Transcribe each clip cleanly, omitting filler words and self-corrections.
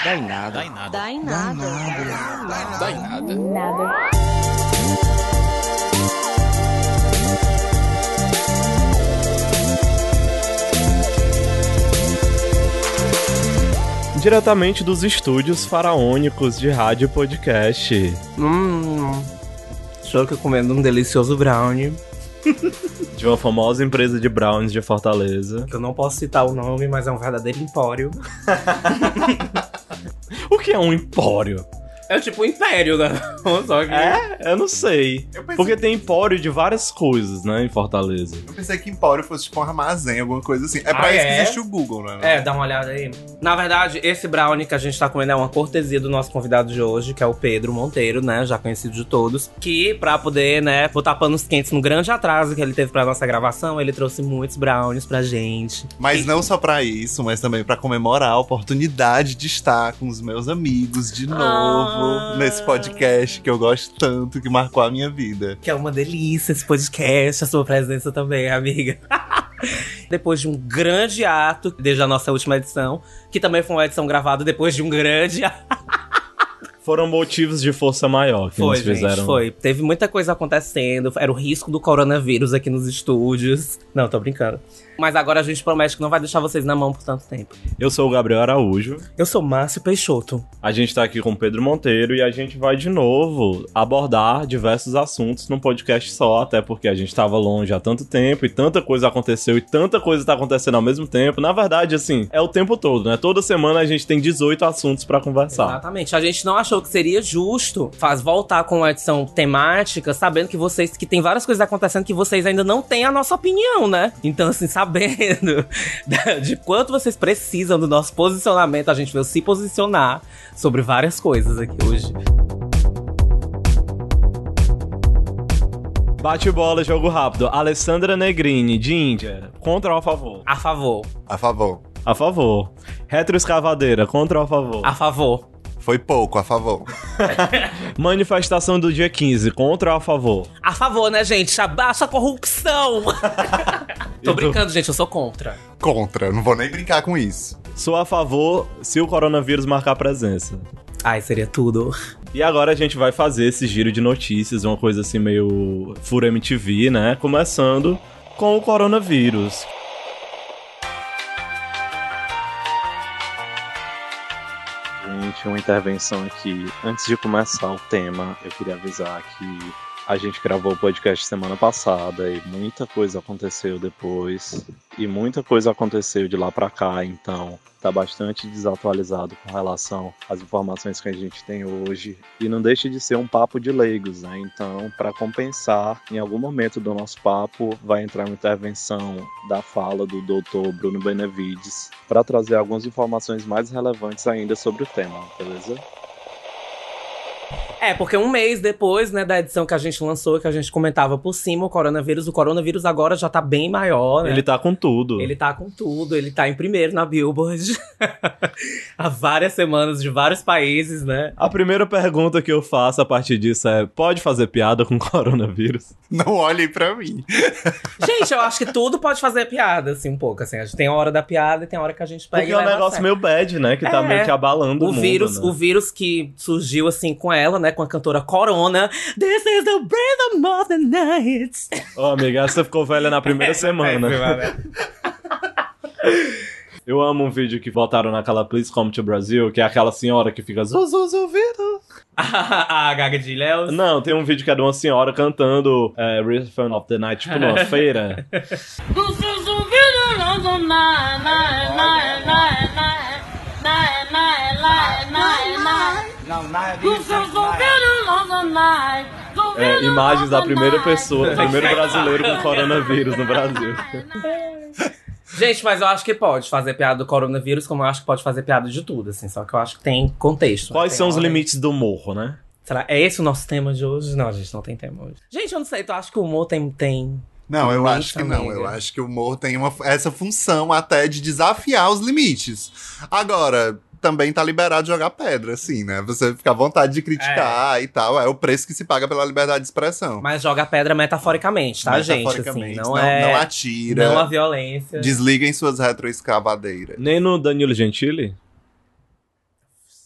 Dá em nada. Dá em nada. Dá em nada. Dá em nada. Nada. Diretamente dos estúdios faraônicos de rádio e podcast. Estou aqui comendo um delicioso brownie. De uma famosa empresa de brownies de Fortaleza. Eu não posso citar o nome, mas é um verdadeiro empório. O que é um empório? É tipo um império, né? Só que... Eu não sei. Eu pensei, Porque tem empório de várias coisas, né, em Fortaleza. eu pensei que empório fosse tipo um armazém, alguma coisa assim. É pra Ah, isso que é? existe o Google, né? É, dá uma olhada aí. Na verdade, esse brownie que a gente tá comendo é uma cortesia do nosso convidado de hoje, que é o Pedro Monteiro, né? Já conhecido de todos. Que, pra poder, né, botar panos quentes no grande atraso que ele teve pra nossa gravação, ele trouxe muitos brownies pra gente. Mas não só pra isso, mas também pra comemorar a oportunidade de estar com os meus amigos de novo nesse podcast que eu gosto tanto, que marcou a minha vida. Que é uma delícia esse podcast, a sua presença também, amiga. Depois de um grande ato, desde a nossa última edição, que também foi uma edição gravada depois de um grande ato. Foram motivos de força maior que nos fizeram. Gente, foi. Teve muita coisa acontecendo. Era o risco do coronavírus aqui nos estúdios. Não, tô brincando. Mas agora a gente promete que não vai deixar vocês na mão por tanto tempo. Eu sou o Gabriel Araújo. Eu sou Márcio Peixoto. A gente tá aqui com o Pedro Monteiro e a gente vai de novo abordar diversos assuntos num podcast só, até porque a gente tava longe há tanto tempo e tanta coisa aconteceu e tanta coisa tá acontecendo ao mesmo tempo. Na verdade, assim, é o tempo todo, né? Toda semana a gente tem 18 assuntos pra conversar. Exatamente. A gente não achou que seria justo voltar com uma edição temática, sabendo que tem várias coisas acontecendo que vocês ainda não têm a nossa opinião, né? Então, assim, sabendo de quanto vocês precisam do nosso posicionamento, a gente veio se posicionar sobre várias coisas aqui hoje. Bate bola, jogo rápido. Alessandra Negrini, de Índia. Contra ou a favor? A favor. A favor. A favor. Retroescavadeira, contra ou a favor? A favor. Foi pouco, a favor. Manifestação do dia 15, contra ou a favor? A favor, né, gente? Abaixa a corrupção! Tô brincando, gente, eu sou contra. Contra, não vou nem brincar com isso. Sou a favor se o coronavírus marcar presença. Ai, seria tudo. E agora a gente vai fazer esse giro de notícias, uma coisa assim meio Furo MTV, né? Começando com o coronavírus. Gente, uma intervenção aqui. Antes de começar o tema, eu queria avisar que a gente gravou o podcast semana passada e muita coisa aconteceu depois. E muita coisa aconteceu de lá pra cá, então tá bastante desatualizado com relação às informações que a gente tem hoje. E não deixa de ser um papo de leigos, né? Então, para compensar, em algum momento do nosso papo, vai entrar uma intervenção da fala do Dr. Bruno Benevides para trazer algumas informações mais relevantes ainda sobre o tema, beleza? É, porque um mês depois, né, da edição que a gente lançou, que a gente comentava por cima, o coronavírus agora já tá bem maior, né? Ele tá com tudo. Ele tá com tudo, ele tá em primeiro na Billboard. Há várias semanas, de vários países, né? A primeira pergunta que eu faço a partir disso é: pode fazer piada com coronavírus? Não olhem pra mim. Gente, eu acho que tudo pode fazer piada, assim, um pouco, assim. A gente tem a hora da piada e tem a hora que a gente pega Porque é um negócio meio bad, né? Que tá meio que abalando o mundo, vírus, né? O vírus que surgiu, assim, com ela, né? Com a cantora Corona. This is the rhythm of the night. Ô, amiga, essa ficou velha na primeira semana. Eu amo um vídeo que botaram naquela Please Come to Brazil, que é aquela senhora que fica Zuzuzuvido. A Gaga de Léo? Não, tem um vídeo que é de uma senhora cantando Rhythm of the Night, tipo numa feira. Imagens da primeira pessoa, primeiro brasileiro com coronavírus no Brasil. Gente, mas eu acho que pode fazer piada do coronavírus, como eu acho que pode fazer piada de tudo, assim. Só que eu acho que tem contexto. Quais tem são os hora... limites do humor, né? Será? É esse o nosso tema de hoje? Não, gente, não tem tema hoje. Gente, eu não sei, tu acha que o humor tem... Não, eu acho que também, não. né? Eu acho que o humor tem essa função até de desafiar os limites. Agora, também tá liberado de jogar pedra, assim, né? Você fica à vontade de criticar e tal. É o preço que se paga pela liberdade de expressão. Mas joga pedra metaforicamente, tá, gente? Metaforicamente, Assim, não atira. Não a violência. Desliguem suas retroescavadeiras. Nem no Danilo Gentili?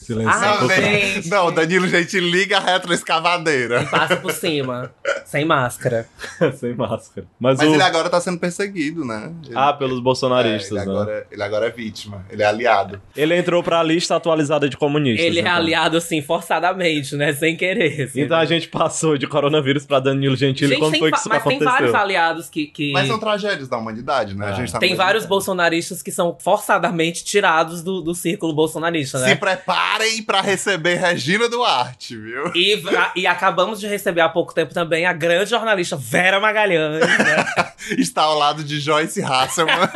Silenciar. gente. Não, Danilo Gentili liga a retroescavadeira. E passa por cima, sem máscara. Sem máscara. Mas Ele agora tá sendo perseguido, né? pelos bolsonaristas, ele agora é vítima, ele é aliado. Ele entrou pra lista atualizada de comunistas. Ele é então. aliado, assim, forçadamente, né? Sem querer. Assim. Então a gente passou de coronavírus pra Danilo Gentili. Gente, Como foi que isso mas aconteceu? tem vários aliados que... Mas são tragédias da humanidade, né? A gente tá no Tem mesmo vários tempo. bolsonaristas que são forçadamente tirados do círculo bolsonarista, né? Se preparem pra receber Regina Duarte, viu? E acabamos de receber há pouco tempo também a grande jornalista Vera Magalhães, né? Está ao lado de Joyce Hasselman.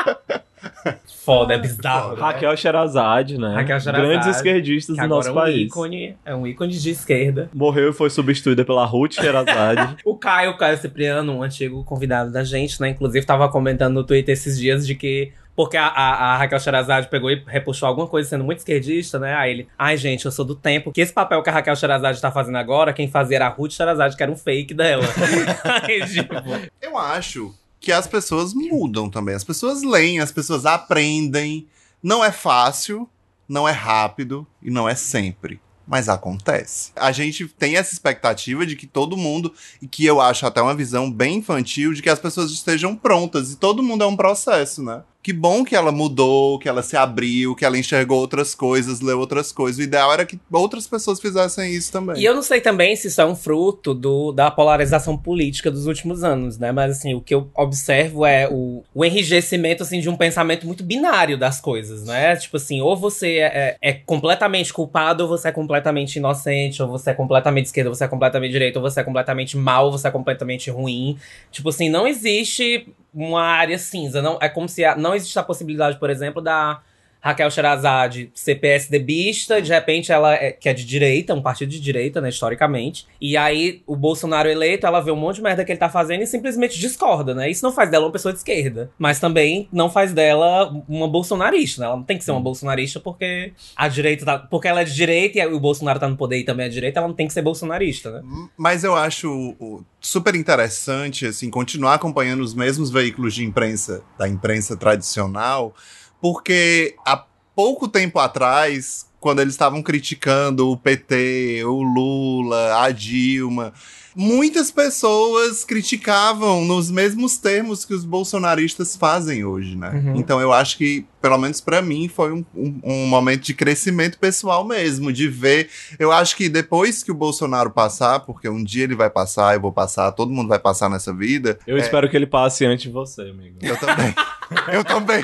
Foda, é bizarro. Né? Raquel Sherazade, né? Raquel Sherazade, Grandes esquerdistas que do nosso agora país. É um ícone de esquerda. Morreu e foi substituída pela Ruth Sherazade. O Caio Cipriano, um antigo convidado da gente, né? Inclusive tava comentando no Twitter esses dias de que... Porque a Raquel Sherazade pegou e repuxou alguma coisa sendo muito esquerdista, né? Aí ele... Ai, gente, eu sou do tempo que esse papel que a Raquel Sherazade tá fazendo agora, quem fazia era a Ruth Sherazade, que era um fake dela. Aí, tipo... Eu acho que as pessoas mudam também. As pessoas leem, as pessoas aprendem. Não é fácil, não é rápido e não é sempre. Mas acontece. A gente tem essa expectativa de que todo mundo, e que eu acho até uma visão bem infantil, de que as pessoas estejam prontas. E todo mundo é um processo, né? Que bom que ela mudou, que ela se abriu, que ela enxergou outras coisas, leu outras coisas. O ideal era que outras pessoas fizessem isso também. E eu não sei também se isso é um fruto da polarização política dos últimos anos, né? Mas, assim, o que eu observo é o enrijecimento, assim, de um pensamento muito binário das coisas, né? Tipo assim, ou você é completamente culpado, ou você é completamente inocente, ou você é completamente esquerda, ou você é completamente direita, ou você é completamente mal, ou você é completamente ruim. Tipo assim, não existe uma área cinza. Não, é como se não existe a possibilidade, por exemplo, da Raquel Sherazade ser PSDBista, de repente ela que é de direita, um partido de direita, né, historicamente. E aí, o Bolsonaro eleito, ela vê um monte de merda que ele tá fazendo e simplesmente discorda, né? Isso não faz dela uma pessoa de esquerda. Mas também não faz dela uma bolsonarista, né? Ela não tem que ser uma bolsonarista porque a direita tá... Porque ela é de direita e o Bolsonaro tá no poder e também é de direita, ela não tem que ser bolsonarista, né? Mas eu acho super interessante, assim, continuar acompanhando os mesmos veículos de imprensa, da imprensa tradicional, porque há pouco tempo atrás, quando eles estavam criticando o PT, o Lula, a Dilma, muitas pessoas criticavam nos mesmos termos que os bolsonaristas fazem hoje, né? Uhum. Então eu acho que, pelo menos pra mim, foi um momento de crescimento pessoal mesmo, de ver. Eu acho que depois que o Bolsonaro passar, porque um dia ele vai passar, eu vou passar, todo mundo vai passar nessa vida. Eu espero que ele passe antes de você, amigo. Eu também. Eu também.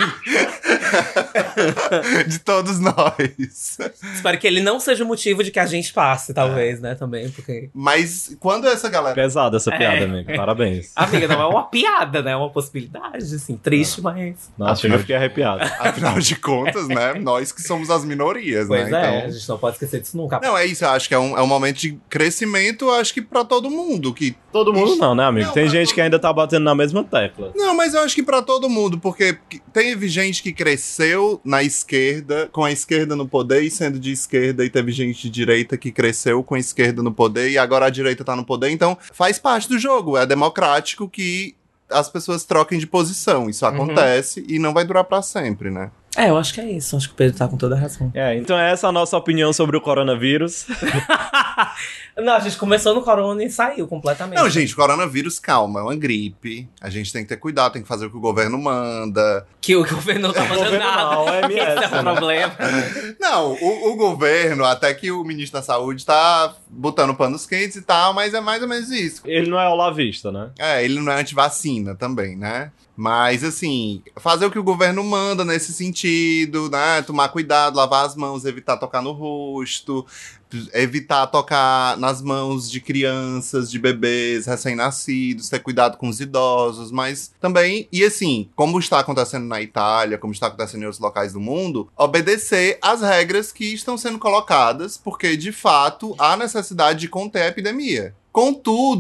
De todos nós. Espero que ele não seja o motivo de que a gente passe, talvez, né? Também, porque... Mas quando essa galera... Pesada essa piada, amigo. Parabéns. Amiga, não é uma piada, né? É uma possibilidade, assim, triste, mas... Nossa, eu fiquei arrepiado. Afinal de contas, né? Nós que somos as minorias, Pois né? é, a gente não pode esquecer disso nunca. Não, é isso. Eu acho que é um momento de crescimento, acho que pra todo mundo. Que... Todo mundo não, né, amigo? Não, Tem pra gente todo que ainda tá batendo na mesma tecla. Não, mas eu acho que pra todo mundo, porque teve gente que cresceu na esquerda, com a esquerda no poder e sendo de esquerda, e teve gente de direita que cresceu com a esquerda no poder e agora a direita tá no poder, então faz parte do jogo, é democrático que as pessoas troquem de posição, isso acontece e não vai durar pra sempre, né? É, eu acho que é isso. Acho que o Pedro tá com toda a razão. Então essa é a nossa opinião sobre o coronavírus. Não, a gente começou no corona e saiu completamente. Não, gente, coronavírus, calma, é uma gripe. A gente tem que ter cuidado, tem que fazer o que o governo manda. Que o governo não tá fazendo nada. não, OMS, Esse é o né? problema. Não, o governo, até que o ministro da Saúde tá botando panos quentes e tal, mas é mais ou menos isso. Ele não é olavista, né? Ele não é antivacina também, né? Mas, assim, fazer o que o governo manda nesse sentido, né? Tomar cuidado, lavar as mãos, evitar tocar no rosto, evitar tocar nas mãos de crianças, de bebês recém-nascidos, ter cuidado com os idosos, mas também, e assim, como está acontecendo na Itália, como está acontecendo em outros locais do mundo, obedecer às regras que estão sendo colocadas, porque, de fato, há necessidade de conter a epidemia. Contudo,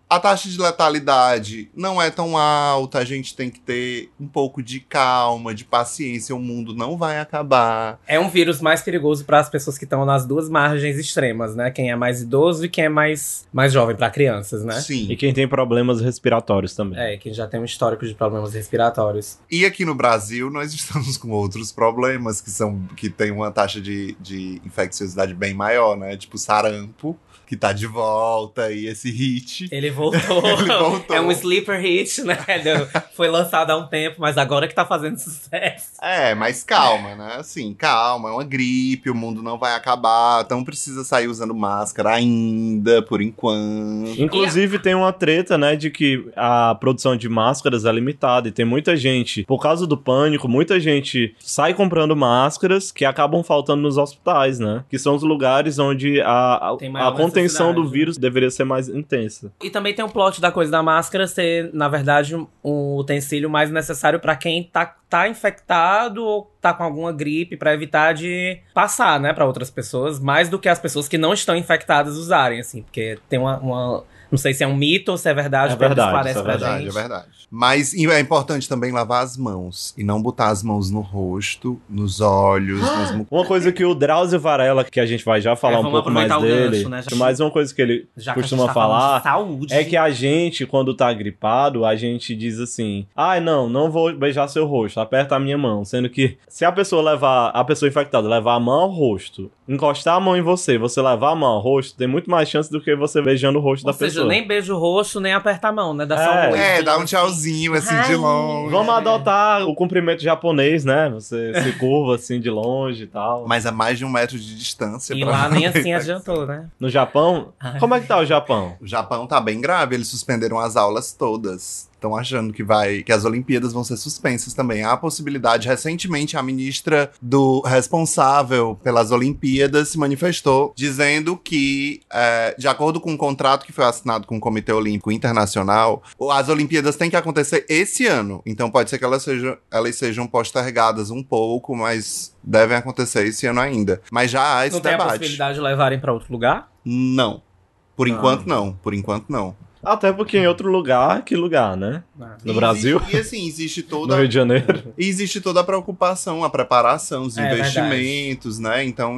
A taxa de letalidade não é tão alta, a gente tem que ter um pouco de calma, de paciência, o mundo não vai acabar. É um vírus mais perigoso para as pessoas que estão nas duas margens extremas, né? Quem é mais idoso e quem é mais jovem, para crianças, né? Sim. E quem tem problemas respiratórios também. É, quem já tem um histórico de problemas respiratórios. E aqui no Brasil, nós estamos com outros problemas que tem uma taxa de infecciosidade bem maior, né? Tipo sarampo, que tá de volta, e esse hit. Ele voltou. Ele voltou. É um sleeper hit, né? Foi lançado há um tempo, mas agora que tá fazendo sucesso. É, mas calma, né? Assim, calma, é uma gripe, o mundo não vai acabar, então precisa sair usando máscara ainda, por enquanto. Inclusive, tem uma treta, né, de que a produção de máscaras é limitada. E tem muita gente, por causa do pânico, muita gente sai comprando máscaras que acabam faltando nos hospitais, né? Que são os lugares onde a contenção do vírus deveria ser mais intensa. E também tem um plot da coisa da máscara ser, na verdade, um utensílio mais necessário pra quem tá infectado ou tá com alguma gripe, pra evitar de passar, né, pra outras pessoas, mais do que as pessoas que não estão infectadas usarem, assim, porque tem uma não sei se é um mito ou se é verdade. É verdade, É verdade. Mas é importante também lavar as mãos. E não botar as mãos no rosto, nos olhos, Uma coisa que o Drauzio Varela, que a gente vai já falar um pouco mais dele, gancho, né? mas uma coisa que ele costuma falar é que a gente, quando tá gripado, a gente diz assim, não vou beijar seu rosto, aperta a minha mão. Sendo que se a pessoa infectada levar a mão ao rosto, encostar a mão em você levar a mão ao rosto, tem muito mais chance do que você beijando o rosto da pessoa. Nem beija o rosto, nem aperta a mão, né? Dá só um dá um tchauzinho, assim, de longe. Vamos adotar o cumprimento japonês, né? Você se curva, assim, de longe e tal. Mas a mais de 1 metro de distância. E lá nem assim adiantou, né? No Japão? Como é que tá o Japão? O Japão tá bem grave, eles suspenderam as aulas todas. Estão achando que as Olimpíadas vão ser suspensas também. Há a possibilidade, recentemente, a ministra do responsável pelas Olimpíadas se manifestou dizendo que, de acordo com um contrato que foi assinado com o Comitê Olímpico Internacional, as Olimpíadas têm que acontecer esse ano. Então pode ser que elas sejam postergadas um pouco, mas devem acontecer esse ano ainda. Mas já há esse debate. Não tem a possibilidade de levarem para outro lugar? Não. Por enquanto, não. Por enquanto, não. Até porque em outro lugar, que lugar, né? No Brasil? E assim, existe toda... No Rio de Janeiro? Existe toda a preocupação, a preparação, os investimentos, né? Então,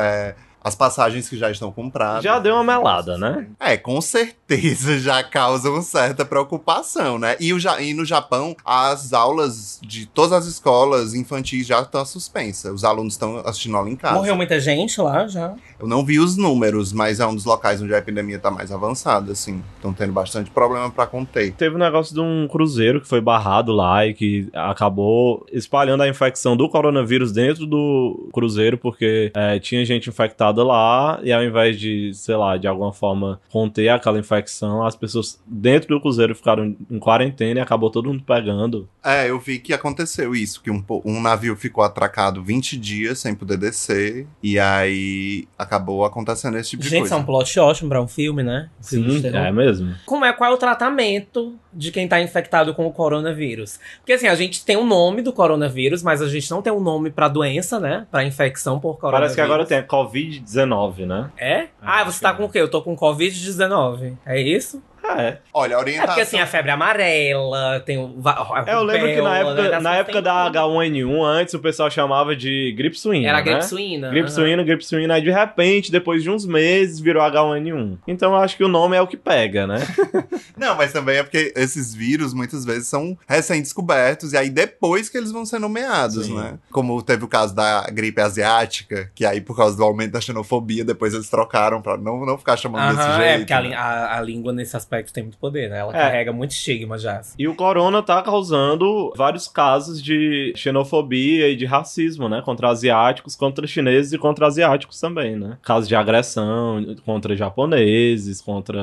as passagens que já estão compradas. Já deu uma melada, né? Com certeza já causam certa preocupação, né? E no Japão, as aulas de todas as escolas infantis já estão suspensas. Os alunos estão assistindo aula em casa. Morreu muita gente lá já? Eu não vi os números, mas é um dos locais onde a epidemia tá mais avançada, assim. Estão tendo bastante problema pra conter. Teve um negócio de um cruzeiro que foi barrado lá e que acabou espalhando a infecção do coronavírus dentro do cruzeiro, porque tinha gente infectada lá e ao invés de, sei lá, de alguma forma conter aquela infecção, as pessoas dentro do cruzeiro ficaram em quarentena e acabou todo mundo pegando. Eu vi que aconteceu isso, que um navio ficou atracado 20 dias sem poder descer e aí acabou acontecendo esse tipo de coisa. Gente, é um plot ótimo pra um filme, né? Sim, é mesmo. Qual é o tratamento de quem tá infectado com o coronavírus? Porque assim, a gente tem um nome do coronavírus, mas a gente não tem um nome pra doença, né? Pra infecção por coronavírus. Parece que agora tem a Covid-19, né? É? Você tá com o quê? Eu tô com Covid-19. É isso? Olha, a orientação... porque assim, a febre amarela, tem o eu lembro que na época da H1N1, antes o pessoal chamava de gripe suína, Era né? gripe suína. Gripe suína, aí de repente, depois de uns meses, virou H1N1. Então eu acho que o nome é o que pega, né? Não, mas também é porque esses vírus, muitas vezes, são recém-descobertos, e aí depois que eles vão ser nomeados, né? Como teve o caso da gripe asiática, que aí por causa do aumento da xenofobia, depois eles trocaram pra não ficar chamando desse jeito. Porque a língua nesse aspecto tem muito poder, né? Ela carrega muito estigma já. E o corona tá causando vários casos de xenofobia e de racismo, né? Contra asiáticos, contra chineses e contra asiáticos também, né? Casos de agressão contra japoneses,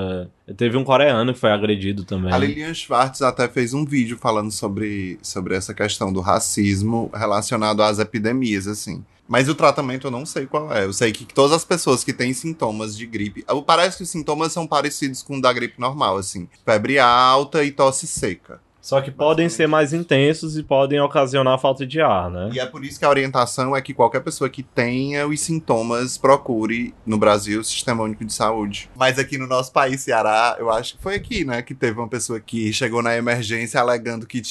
Teve um coreano que foi agredido também. A Lilian Schwartz até fez um vídeo falando sobre essa questão do racismo relacionado às epidemias, assim. Mas o tratamento eu não sei qual é. Eu sei que todas as pessoas que têm sintomas de gripe... Parece que os sintomas são parecidos com o da gripe normal, assim. Febre alta e tosse seca. Só que podem ser mais intensos e podem ocasionar falta de ar, né? E é por isso que a orientação é que qualquer pessoa que tenha os sintomas procure, no Brasil, o Sistema Único de Saúde. Mas aqui no nosso país, Ceará, eu acho que foi aqui, né, que teve uma pessoa que chegou na emergência alegando que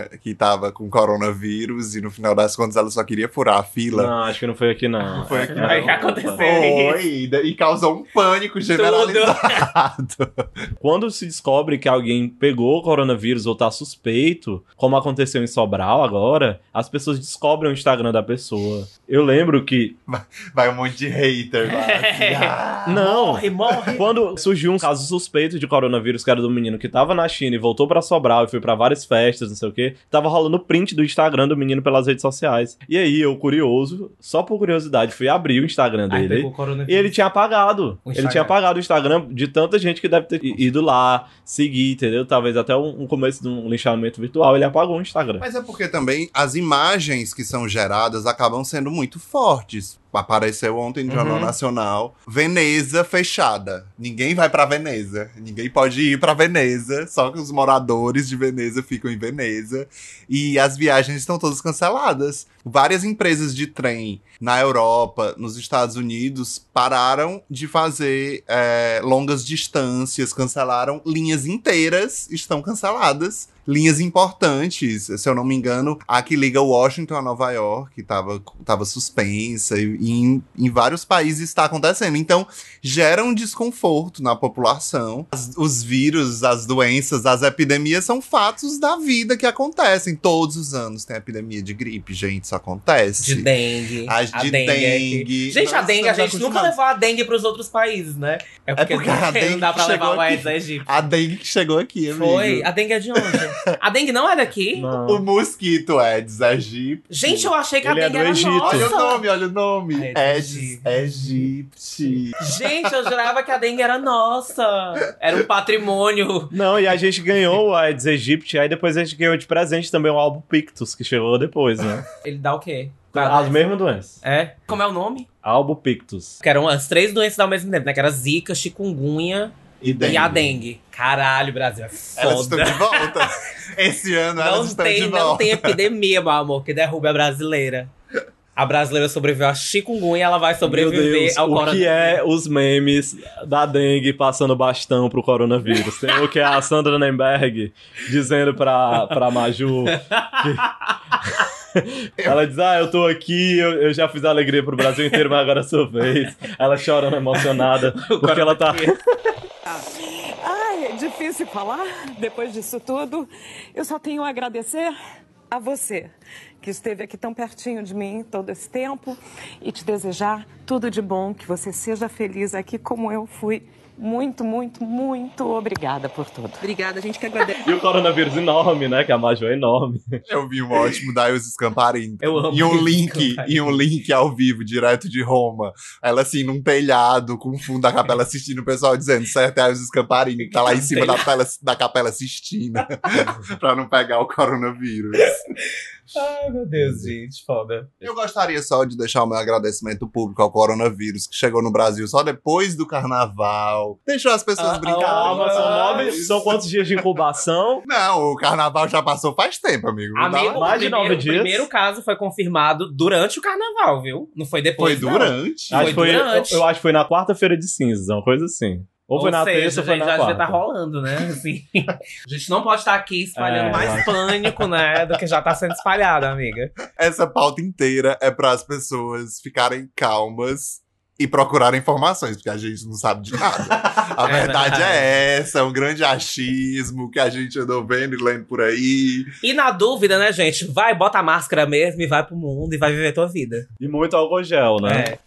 tava com coronavírus e no final das contas ela só queria furar a fila. Não, acho que não foi aqui, não. Foi aqui, Aí não. aconteceu Foi, e causou um pânico generalizado. Quando se descobre que alguém pegou o coronavírus ou tá suspeito, como aconteceu em Sobral agora, as pessoas descobrem o Instagram da pessoa. Eu lembro que... Vai um monte de hater lá. Assim, Não! Morre. Quando surgiu um caso suspeito de coronavírus, que era do menino que tava na China e voltou pra Sobral e foi pra várias festas, não sei o quê, tava rolando print do Instagram do menino pelas redes sociais. E aí, eu, curioso, só por curiosidade, fui abrir o Instagram Aí dele. pegou o coronavírus. E ele tinha apagado. Ele tinha apagado o Instagram de tanta gente que deve ter ido lá, seguir, entendeu? Talvez até um começo de um linchamento virtual, ele apagou o Instagram. Mas é porque também as imagens que são geradas acabam sendo muito fortes. Apareceu ontem no Jornal Nacional. Veneza fechada. Ninguém vai pra Veneza. Ninguém pode ir pra Veneza. Só que os moradores de Veneza ficam em Veneza. E as viagens estão todas canceladas. Várias empresas de trem na Europa, nos Estados Unidos, pararam de fazer longas distâncias. Cancelaram linhas inteiras. Estão canceladas. Linhas importantes, se eu não me engano, a que liga Washington a Nova York tava suspensa e em vários países está acontecendo. Então, gera um desconforto na população. Os vírus, as doenças, as epidemias são fatos da vida que acontecem. Todos os anos tem epidemia de gripe, gente, isso acontece. De dengue. As de dengue. Gente, a dengue, a gente estamos nunca levou a dengue pros outros países, né? É porque a dengue não dá pra chegou levar o aqui. Aedes aegypti. A dengue que chegou aqui, amigo. Foi? A dengue é de onde? A dengue não é daqui? Não. O mosquito Aedes aegypti. Gente, eu achei que a Ele é dengue do era Egito. nossa. Olha o nome. Aedes Aedes aegypti. Gente, eu jurava que a dengue era nossa. Era um patrimônio. Não, e a gente ganhou o Aedes aegypti, aí depois a gente ganhou de presente também o Albo Pictus, que chegou depois, né? Ele dá o quê? As mesmas doenças. É? Como é o nome? Albo Pictus. Que eram as 3 doenças ao mesmo tempo, né? Que era zika, chikungunya e a dengue. Caralho, Brasil, é Elas estão foda. de volta. Esse ano elas estão de volta. Não tem epidemia, meu amor, que derrube a brasileira. A brasileira sobreviveu a chikungunya, ela vai Meu sobreviver Deus, ao o coronavírus. que é os memes da dengue passando bastão pro coronavírus? Tem o que é a Sandra Nemberg dizendo pra Maju que... Ela diz, eu tô aqui, eu já fiz alegria pro Brasil inteiro, mas agora é sua vez. Ela chorando emocionada, porque ela tá... Ai, é difícil falar depois disso tudo. Eu só tenho a agradecer a você, que esteve aqui tão pertinho de mim todo esse tempo, e te desejar tudo de bom, que você seja feliz aqui como eu fui. Muito, muito, muito obrigada por tudo. Obrigada, a gente que agradece. E o coronavírus enorme, né? Que a Maju é enorme. Eu vi um ótimo da Ilse Scamparini. Eu amo E um Ilse link, Scamparini. e um link ao vivo, direto de Roma. Ela assim, num telhado, com o fundo da capela assistindo, o pessoal dizendo, certo, é a Ilse Scamparini, que tá lá em cima da capela assistindo, pra não pegar o coronavírus. Ai, meu Deus, gente, foda. Eu gostaria só de deixar o meu agradecimento público ao coronavírus, que chegou no Brasil só depois do carnaval. Deixou as pessoas brincarem. Calma, são quantos dias de incubação? Não, o carnaval já passou faz tempo, amigo. Não dá- Amigo, mais de 9 o dias. primeiro caso foi confirmado durante o carnaval, viu? Não foi depois, Foi não. durante. Acho que foi, durante. eu acho que foi na quarta-feira de cinzas, uma coisa assim. Ou foi na seja, terça ou foi gente, na já quarta. devia estar rolando, né? Assim, a gente não pode estar aqui espalhando É, mais pânico, né? Do que já tá sendo espalhado, amiga. Essa pauta inteira é para as pessoas ficarem calmas e procurarem informações, porque a gente não sabe de nada. A É verdade verdade. é essa, é um grande achismo que a gente andou vendo e lendo por aí. E na dúvida, né, gente? Vai, bota a máscara mesmo e vai pro mundo e vai viver tua vida. E muito álcool gel, né? É.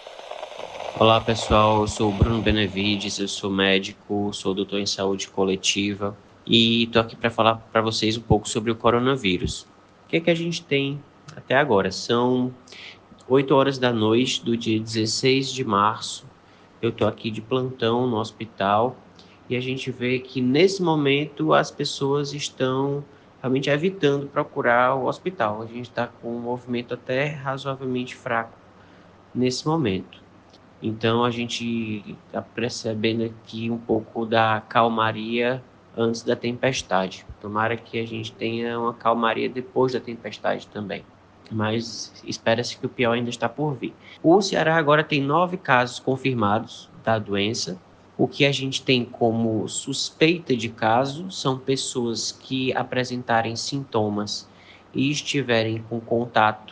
Olá pessoal, eu sou o Bruno Benevides, eu sou médico, sou doutor em saúde coletiva e estou aqui para falar para vocês um pouco sobre o coronavírus. O que é que a gente tem até agora? São 8 horas da noite do dia 16 de março, eu estou aqui de plantão no hospital e a gente vê que nesse momento as pessoas estão realmente evitando procurar o hospital. A gente está com um movimento até razoavelmente fraco nesse momento. Então a gente está percebendo aqui um pouco da calmaria antes da tempestade. Tomara que a gente tenha uma calmaria depois da tempestade também. Mas espera-se que o pior ainda está por vir. O Ceará agora tem 9 casos confirmados da doença. O que a gente tem como suspeita de caso são pessoas que apresentarem sintomas e estiverem com contato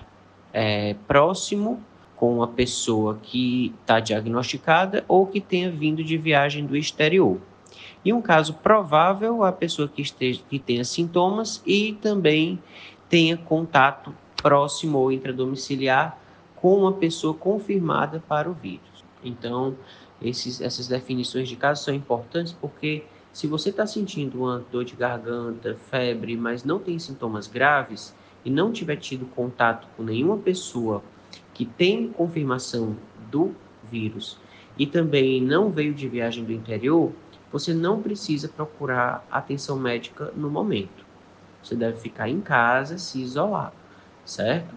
próximo com a pessoa que está diagnosticada ou que tenha vindo de viagem do exterior. E um caso provável, a pessoa que tenha sintomas e também tenha contato próximo ou intradomiciliar com uma pessoa confirmada para o vírus. Então, essas definições de caso são importantes porque se você está sentindo uma dor de garganta, febre, mas não tem sintomas graves e não tiver tido contato com nenhuma pessoa que tem confirmação do vírus e também não veio de viagem do interior, você não precisa procurar atenção médica no momento. Você deve ficar em casa, se isolar, certo?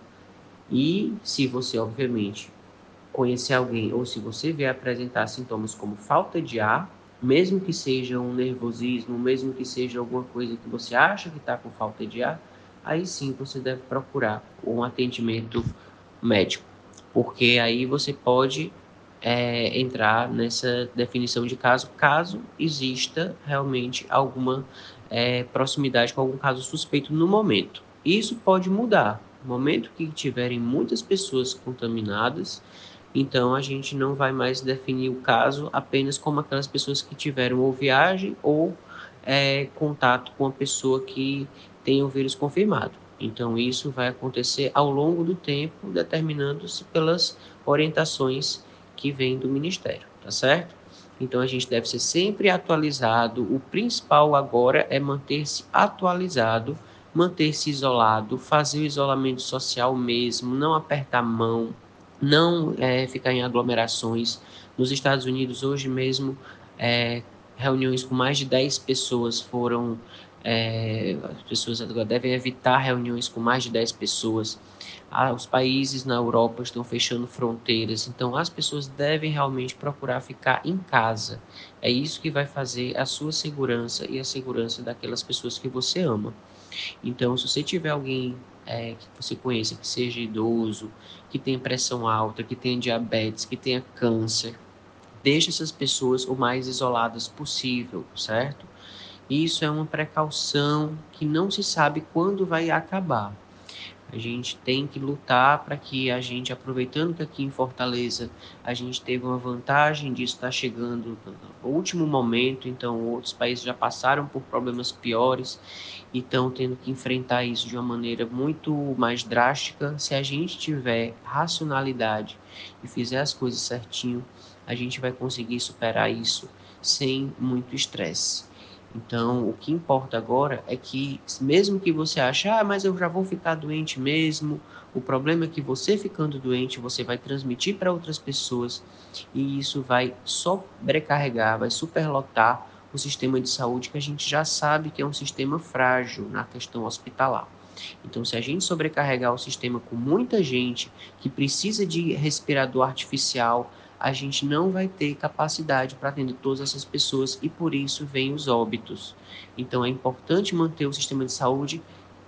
E se você, obviamente, conhecer alguém ou se você vier apresentar sintomas como falta de ar, mesmo que seja um nervosismo, mesmo que seja alguma coisa que você acha que está com falta de ar, aí sim você deve procurar um atendimento médico, porque aí você pode entrar nessa definição de caso exista realmente alguma proximidade com algum caso suspeito no momento. Isso pode mudar. No momento que tiverem muitas pessoas contaminadas, então a gente não vai mais definir o caso apenas como aquelas pessoas que tiveram ou viagem ou contato com a pessoa que tem o vírus confirmado. Então isso vai acontecer ao longo do tempo, determinando-se pelas orientações que vêm do Ministério, tá certo? Então a gente deve ser sempre atualizado. O principal agora é manter-se atualizado, manter-se isolado, fazer o isolamento social mesmo, não apertar a mão, não ficar em aglomerações. Nos Estados Unidos, hoje mesmo, reuniões com mais de 10 pessoas foram... as pessoas agora devem evitar reuniões com mais de 10 pessoas. Os países na Europa estão fechando fronteiras, então as pessoas devem realmente procurar ficar em casa. É isso que vai fazer a sua segurança e a segurança daquelas pessoas que você ama. Então, se você tiver alguém que você conheça, que seja idoso, que tenha pressão alta, que tenha diabetes, que tenha câncer, deixe essas pessoas o mais isoladas possível, certo? Isso é uma precaução que não se sabe quando vai acabar. A gente tem que lutar para que a gente, aproveitando que aqui em Fortaleza a gente teve uma vantagem disso estar chegando no último momento, então outros países já passaram por problemas piores e estão tendo que enfrentar isso de uma maneira muito mais drástica. Se a gente tiver racionalidade e fizer as coisas certinho, a gente vai conseguir superar isso sem muito estresse. Então, o que importa agora é que, mesmo que você ache, mas eu já vou ficar doente mesmo, o problema é que você ficando doente, você vai transmitir para outras pessoas e isso vai sobrecarregar, vai superlotar o sistema de saúde, que a gente já sabe que é um sistema frágil na questão hospitalar. Então, se a gente sobrecarregar o sistema com muita gente que precisa de respirador artificial, a gente não vai ter capacidade para atender todas essas pessoas e por isso vem os óbitos. Então é importante manter o sistema de saúde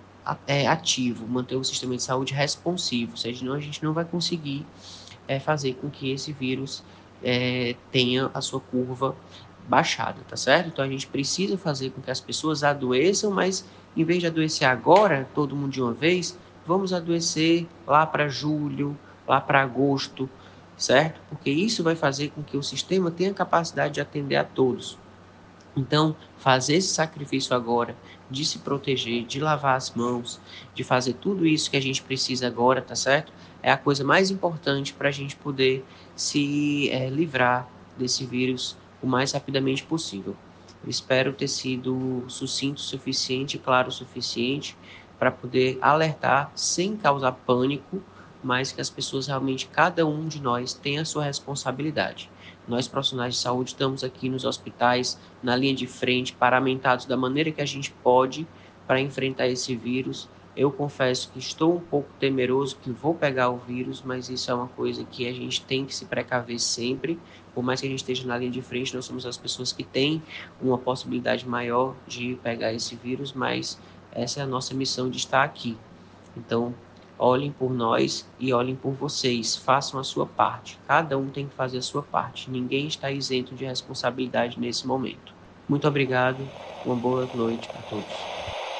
ativo, manter o sistema de saúde responsivo, senão a gente não vai conseguir fazer com que esse vírus tenha a sua curva baixada, tá certo? Então a gente precisa fazer com que as pessoas adoeçam, mas em vez de adoecer agora, todo mundo de uma vez, vamos adoecer lá para julho, lá para agosto, certo? Porque isso vai fazer com que o sistema tenha capacidade de atender a todos. Então, fazer esse sacrifício agora, de se proteger, de lavar as mãos, de fazer tudo isso que a gente precisa agora, tá certo? É a coisa mais importante para a gente poder se livrar desse vírus o mais rapidamente possível. Eu espero ter sido sucinto o suficiente, claro o suficiente, para poder alertar sem causar pânico, mas que as pessoas realmente, cada um de nós, tem a sua responsabilidade. Nós, profissionais de saúde, estamos aqui nos hospitais, na linha de frente, paramentados da maneira que a gente pode para enfrentar esse vírus, Eu confesso que estou um pouco temeroso que vou pegar o vírus, mas isso é uma coisa que a gente tem que se precaver sempre. Por mais que a gente esteja na linha de frente, nós somos as pessoas que têm uma possibilidade maior de pegar esse vírus, mas essa é a nossa missão de estar aqui. Então, olhem por nós e olhem por vocês. Façam a sua parte. Cada um tem que fazer a sua parte. Ninguém está isento de responsabilidade nesse momento. Muito obrigado. Uma boa noite para todos.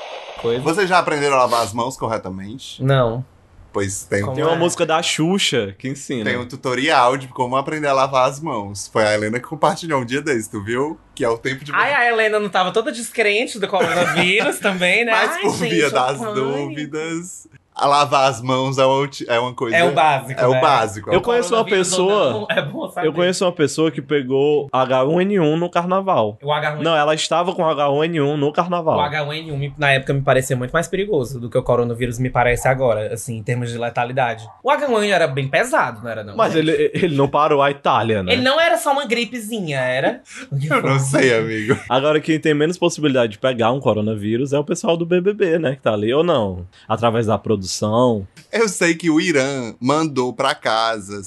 Vocês já aprenderam a lavar as mãos corretamente? Não. Pois tem, Como Tem uma música da Xuxa que ensina. tem um tutorial de como aprender a lavar as mãos. Foi a Helena que compartilhou um dia desse, tu viu? Que é o tempo de... Ai, a Helena não tava toda descrente do coronavírus também, né? Mas Ai, por gente, via das pai. dúvidas, a lavar as mãos é uma coisa... É o básico, É o né? básico. Eu conheço uma Coronavírus ou pessoa... não, é bom saber. Eu conheço uma pessoa que pegou H1N1 no carnaval. O H1N1, Não, ela estava com H1N1 no carnaval. o H1N1 na época me parecia muito mais perigoso do que o coronavírus me parece agora, assim, em termos de letalidade. O H1N1 era bem pesado, não era não? Mas ele não parou a Itália, né? Ele não era só uma gripezinha, era... Eu não sei, amigo. Agora, quem tem menos possibilidade de pegar um coronavírus é o pessoal do BBB, né? Que tá ali, ou não. Através da produção. Eu sei que o Irã mandou pra casa